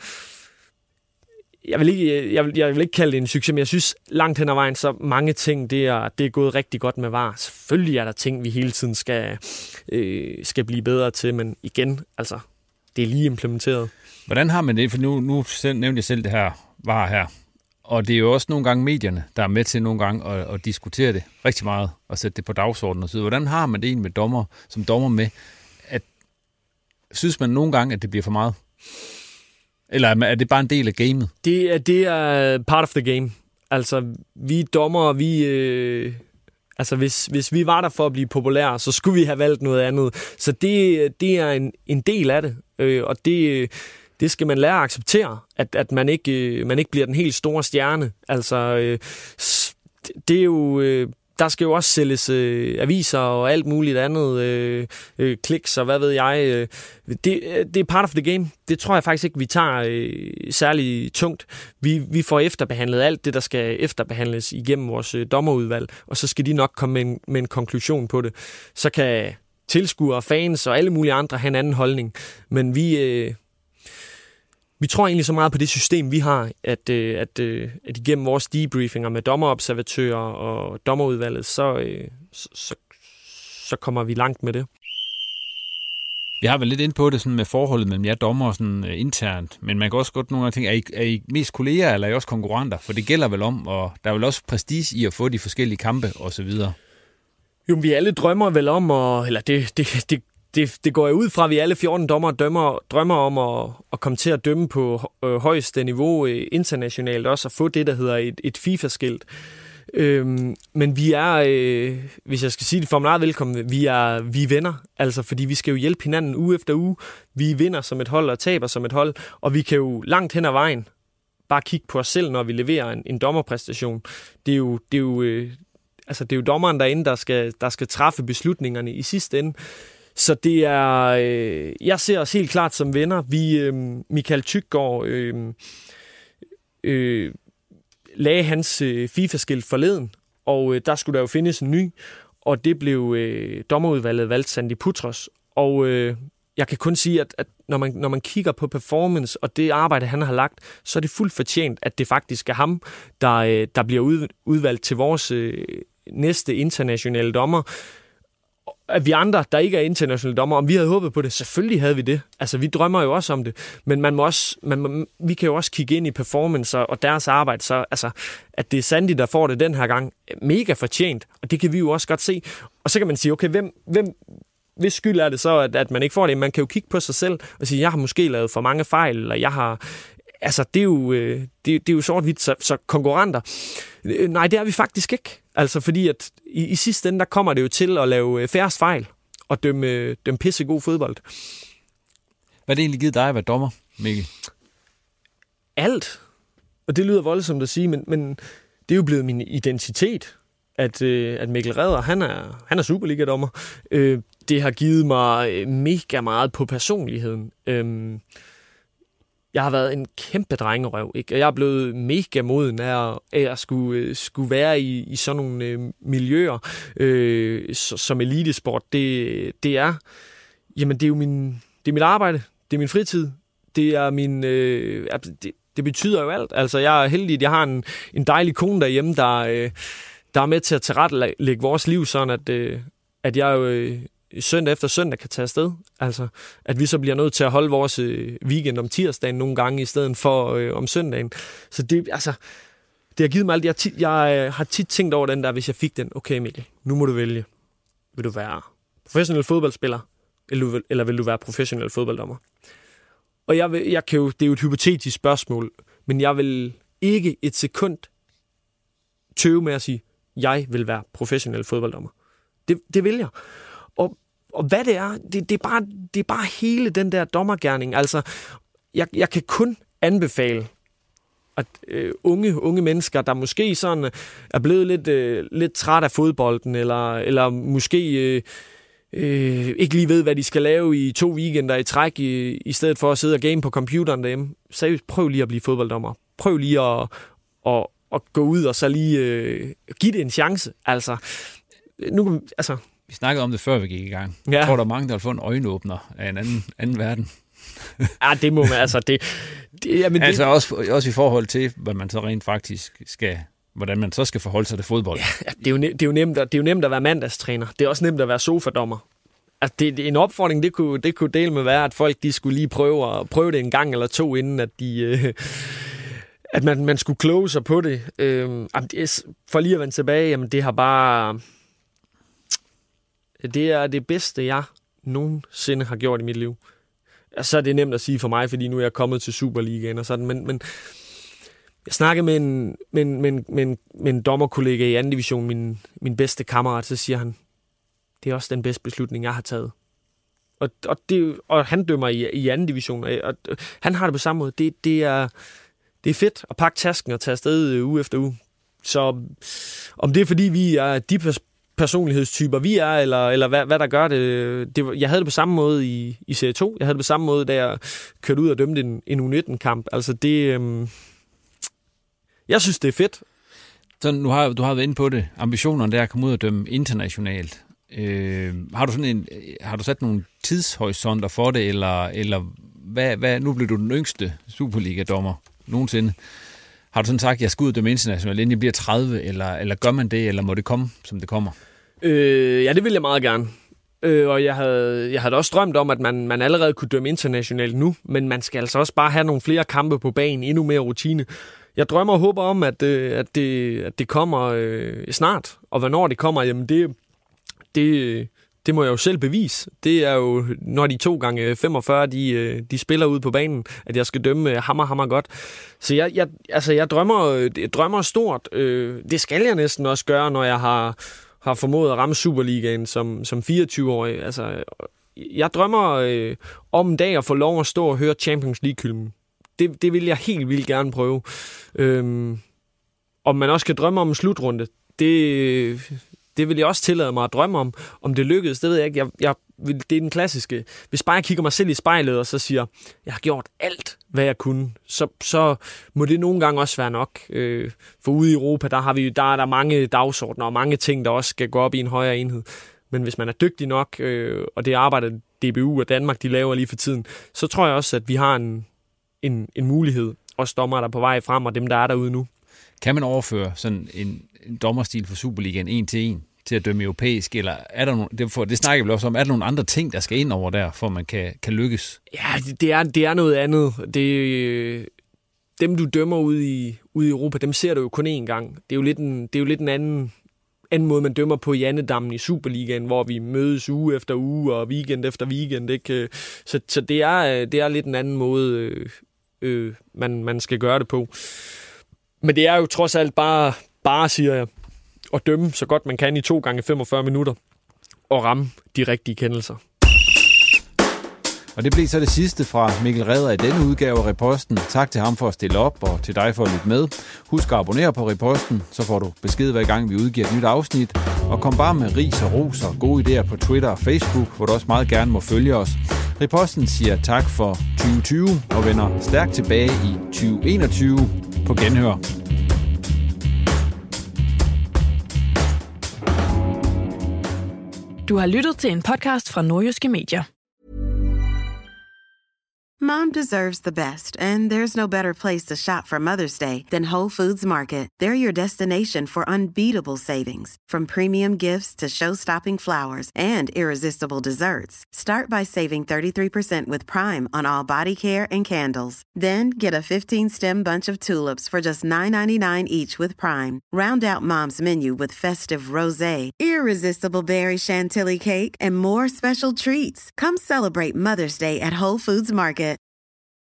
jeg vil ikke, jeg vil, jeg vil ikke kalde det en succes, men jeg synes langt hen ad vejen, så mange ting, det er, det er gået rigtig godt med V A R. Selvfølgelig er der ting, vi hele tiden skal, øh, skal blive bedre til, men igen, altså, det er lige implementeret. Hvordan har man det? For nu, nu nævnte jeg selv det her V A R her. Og det er jo også nogle gange medierne, der er med til nogle gange at, at diskutere det rigtig meget og sætte det på dagsordenen og så videre. Hvordan har man det egentlig med dommer, som dommer med? At, synes man nogle gange, at det bliver for meget? Eller er det bare en del af gamet? Det er, det er part of the game. Altså, vi dommer, vi... Øh Altså, hvis, hvis vi var der for at blive populære, så skulle vi have valgt noget andet. Så det, det er en, en del af det, øh, og det, det skal man lære at acceptere, at, at man, ikke, man ikke bliver den helt store stjerne. Altså, øh, det er jo... Øh, der skal jo også sælges øh, aviser og alt muligt andet, øh, øh, kliks og hvad ved jeg. Øh, det, det er part of the game. Det tror jeg faktisk ikke, vi tager øh, særlig tungt. Vi, vi får efterbehandlet alt det, der skal efterbehandles igennem vores øh, dommerudvalg, og så skal de nok komme med en, med en konklusion på det. Så kan tilskuere, fans og alle mulige andre have en anden holdning. Men vi... Øh, vi tror egentlig så meget på det system, vi har, at, øh, at, øh, at igennem vores debriefinger med dommerobservatører og dommerudvalget, så, øh, så, så, så kommer vi langt med det. Vi har vel lidt ind på det sådan med forholdet mellem jer dommer sådan uh, internt, men man kan også godt nogle gange tænke, er I, er I mest kolleger, eller er I også konkurrenter? For det gælder vel om, og der er vel også prestige i at få de forskellige kampe osv. Jo, vi alle drømmer vel om, og, eller det, det, det, det, det går jeg ud fra, at vi alle fjorten dommer dømmer, drømmer om at, at komme til at dømme på øh, højeste niveau øh, internationalt, også at få det, der hedder et, et FIFA-skilt. Øhm, men vi er, øh, hvis jeg skal sige det for meget velkommen, vi er, vi er venner, altså fordi vi skal jo hjælpe hinanden uge efter uge. Vi vinder som et hold og taber som et hold, og vi kan jo langt hen ad vejen bare kigge på os selv, når vi leverer en, en dommerpræstation. Det er jo, det er jo, øh, altså det er jo dommeren derinde, der skal, der skal træffe beslutningerne i sidste ende. Så det er, øh, jeg ser os helt klart som venner. Vi, øh, Michael Tyggaard, øh, øh, lagde hans øh, FIFA-skilt forleden, og øh, der skulle der jo findes en ny, og det blev øh, dommerudvalget valgt Sandy Putros. Og øh, jeg kan kun sige, at, at når, man, når man kigger på performance og det arbejde, han har lagt, så er det fuldt fortjent, at det faktisk er ham, der, øh, der bliver ud, udvalgt til vores øh, næste internationale dommer. At vi andre, der ikke er internationale dommer, om vi havde håbet på det, selvfølgelig havde vi det. Altså, vi drømmer jo også om det. Men man må også, man, vi kan jo også kigge ind i performance og deres arbejde, så altså, at det er Sandy, der får det den her gang, mega fortjent. Og det kan vi jo også godt se. Og så kan man sige, okay, hvem, hvem hvis skyld er det så, at, at man ikke får det? Man kan jo kigge på sig selv og sige, jeg har måske lavet for mange fejl, eller jeg har... Altså, det er jo, det, det er jo sort-hvidt, så, så konkurrenter. Nej, det er vi faktisk ikke. Altså, fordi at i, i sidste ende, der kommer det jo til at lave færrest fejl og dømme, dømme pissegod fodbold. Hvad er det egentlig givet dig at være dommer, Mikkel? Alt. Og det lyder voldsomt at sige, men, men det er jo blevet min identitet, at, at Mikkel Redder, han er, han er Superliga-dommer. Det har givet mig mega meget på personligheden. Jeg har været en kæmpe drengerøv, ikke? Og jeg er blevet mega moden af at skulle, skulle være i, i sådan nogle øh, miljøer, øh, som elitesport. Det, det er, jamen det er jo min, det er mit arbejde, det er min fritid, det er min, øh, det, det betyder jo alt. Altså jeg er heldig, at jeg har en, en dejlig kone derhjemme, der, øh, der er med til at tilrettelægge vores liv, sådan at, øh, at jeg jo øh, søndag efter søndag kan tage afsted. Altså, at vi så bliver nødt til at holde vores øh, weekend om tirsdagen nogle gange, i stedet for øh, om søndagen. Så det, altså, det har givet mig alt. Jeg, tit, jeg øh, har tit tænkt over den der, hvis jeg fik den, okay Mikkel, nu må du vælge. Vil du være professionel fodboldspiller, eller, eller vil du være professionel fodbolddommer? Og jeg, vil, jeg kan jo, det er jo et hypotetisk spørgsmål, men jeg vil ikke et sekund tøve med at sige, jeg vil være professionel fodbolddommer. Det, det vil jeg. Og, og hvad det er, det, det, er bare, det er bare hele den der dommergerning. Altså, jeg, jeg kan kun anbefale, at øh, unge, unge mennesker, der måske sådan er blevet lidt, øh, lidt træt af fodbolden, eller, eller måske øh, øh, ikke lige ved, hvad de skal lave i to weekender i træk, i, i stedet for at sidde og game på computeren derhjemme. Seriøst, prøv lige at blive fodbolddommer. Prøv lige at, at, at gå ud og så lige øh, give det en chance. Altså, nu, altså vi snakkede om det, før vi gik i gang. Ja. Jeg tror, der er mange, der vil få en øjenåbner af en anden, anden verden. Ja, det må man, altså det... det jamen, altså det, også, også i forhold til, hvad man så rent faktisk skal... hvordan man så skal forholde sig til fodbold. Ja, det er jo, ne- det er jo, nemt, at, det er jo nemt at være mandagstræner. Det er også nemt at være sofadommer. Altså, det, det, en opfordring, det kunne, det kunne dele med være, at folk de skulle lige prøve, at, prøve det en gang eller to, inden at de... Øh, at man, man skulle kloge sig på det. Øh, for lige at vende tilbage, jamen det har bare... Det er det bedste, jeg nogensinde har gjort i mit liv. Så er det nemt at sige for mig, fordi nu er jeg kommet til Superligaen og sådan, men, men jeg snakkede med en, med en, med en, med en, med en dommerkollega i anden division, min, min bedste kammerat, så siger han, det er også den bedste beslutning, jeg har taget. Og, og, det, og han dømmer i, i anden division, og, og han har det på samme måde. Det, det, er, det er fedt at pakke tasken og tage afsted uge efter uge. Så om det er, fordi vi er de personlighedstyper, vi er, eller, eller hvad, hvad der gør det, det. Jeg havde det på samme måde i, i serie to. Jeg havde det på samme måde, da jeg kørte ud og dømte en, en U nitten-kamp. Altså det... Øhm, jeg synes, det er fedt. Så nu har du har været inde på det. Ambitionerne der er at komme ud og dømme internationalt. Øh, har du sådan en, har du sat nogle tidshorisonter for det, eller, eller hvad, hvad, nu bliver du den yngste Superliga-dommer nogensinde. Har du sådan sagt, at jeg skal ud og dømme internationalt, inden jeg bliver tredive, eller, eller gør man det, eller må det komme, som det kommer? Øh, ja, det vil jeg meget gerne. Øh, og jeg havde, jeg havde også drømt om, at man, man allerede kunne dømme internationalt nu, men man skal altså også bare have nogle flere kampe på banen, endnu mere rutine. Jeg drømmer og håber om, at, øh, at, det, at det kommer øh, snart, og hvornår det kommer, jamen det, det, det må jeg jo selv bevise. Det er jo, når de to gange femogfyrre, de, de spiller ud på banen, at jeg skal dømme hammer, hammer godt. Så jeg, jeg, altså, jeg, drømmer, jeg drømmer stort. Øh, det skal jeg næsten også gøre, når jeg har... har formået at ramme Superligaen som, som fireogtyve-årig. Altså, jeg drømmer øh, om en dag at få lov at stå og høre Champions League-hylden. Det, det vil jeg helt vildt gerne prøve. Øhm, om man også kan drømme om en slutrunde, det, det vil jeg også tillade mig at drømme om. Om det lykkedes, det ved jeg ikke. Jeg, jeg, det er den klassiske. Hvis bare jeg kigger mig selv i spejlet og så siger, jeg har gjort alt, hvad jeg kunne, så, så må det nogle gange også være nok. Øh, for ude i Europa, der, har vi, der er der mange dagsordner og mange ting, der også skal gå op i en højere enhed. Men hvis man er dygtig nok, øh, og det arbejder D B U og Danmark, de laver lige for tiden, så tror jeg også, at vi har en, en, en mulighed. Også dommer, der er på vej frem, og dem, der er derude nu. Kan man overføre sådan en, en dommerstil for Superligaen en til en til at dømme europæisk, eller er der nogle, det, for, det snakker vi også om, er der nogle andre ting, der skal ind over der, for man kan, kan lykkes? Ja, det, det, er, det er noget andet. Det, dem, du dømmer ude i, ude i Europa, dem ser du jo kun én gang. Det er jo lidt en, det er jo lidt en anden, anden måde, man dømmer på Janedammen i Superligaen, hvor vi mødes uge efter uge og weekend efter weekend. Ikke? Så, så det, er, det er lidt en anden måde, øh, øh, man, man skal gøre det på. Men det er jo trods alt bare, bare siger jeg, at dømme så godt man kan i to gange femogfyrre minutter og ramme de rigtige kendelser. Og det blev så det sidste fra Mikkel Reder i denne udgave af Riposten. Tak til ham for at stille op, og til dig for at lytte med. Husk at abonnere på Riposten, så får du besked hver gang vi udgiver et nyt afsnit. Og kom bare med ris og ros og gode idéer på Twitter og Facebook, hvor du også meget gerne må følge os. Riposten siger tak for tyve tyve og vender stærkt tilbage i tyve enogtyve på genhør. Du har lyttet til en podcast fra Nordjyske Medier. Mom deserves the best, and there's no better place to shop for Mother's Day than Whole Foods Market. They're your destination for unbeatable savings, from premium gifts to show-stopping flowers and irresistible desserts. Start by saving thirty-three percent with Prime on all body care and candles. Then get a fifteen-stem bunch of tulips for just nine ninety-nine each with Prime. Round out Mom's menu with festive rosé, irresistible berry chantilly cake, and more special treats. Come celebrate Mother's Day at Whole Foods Market.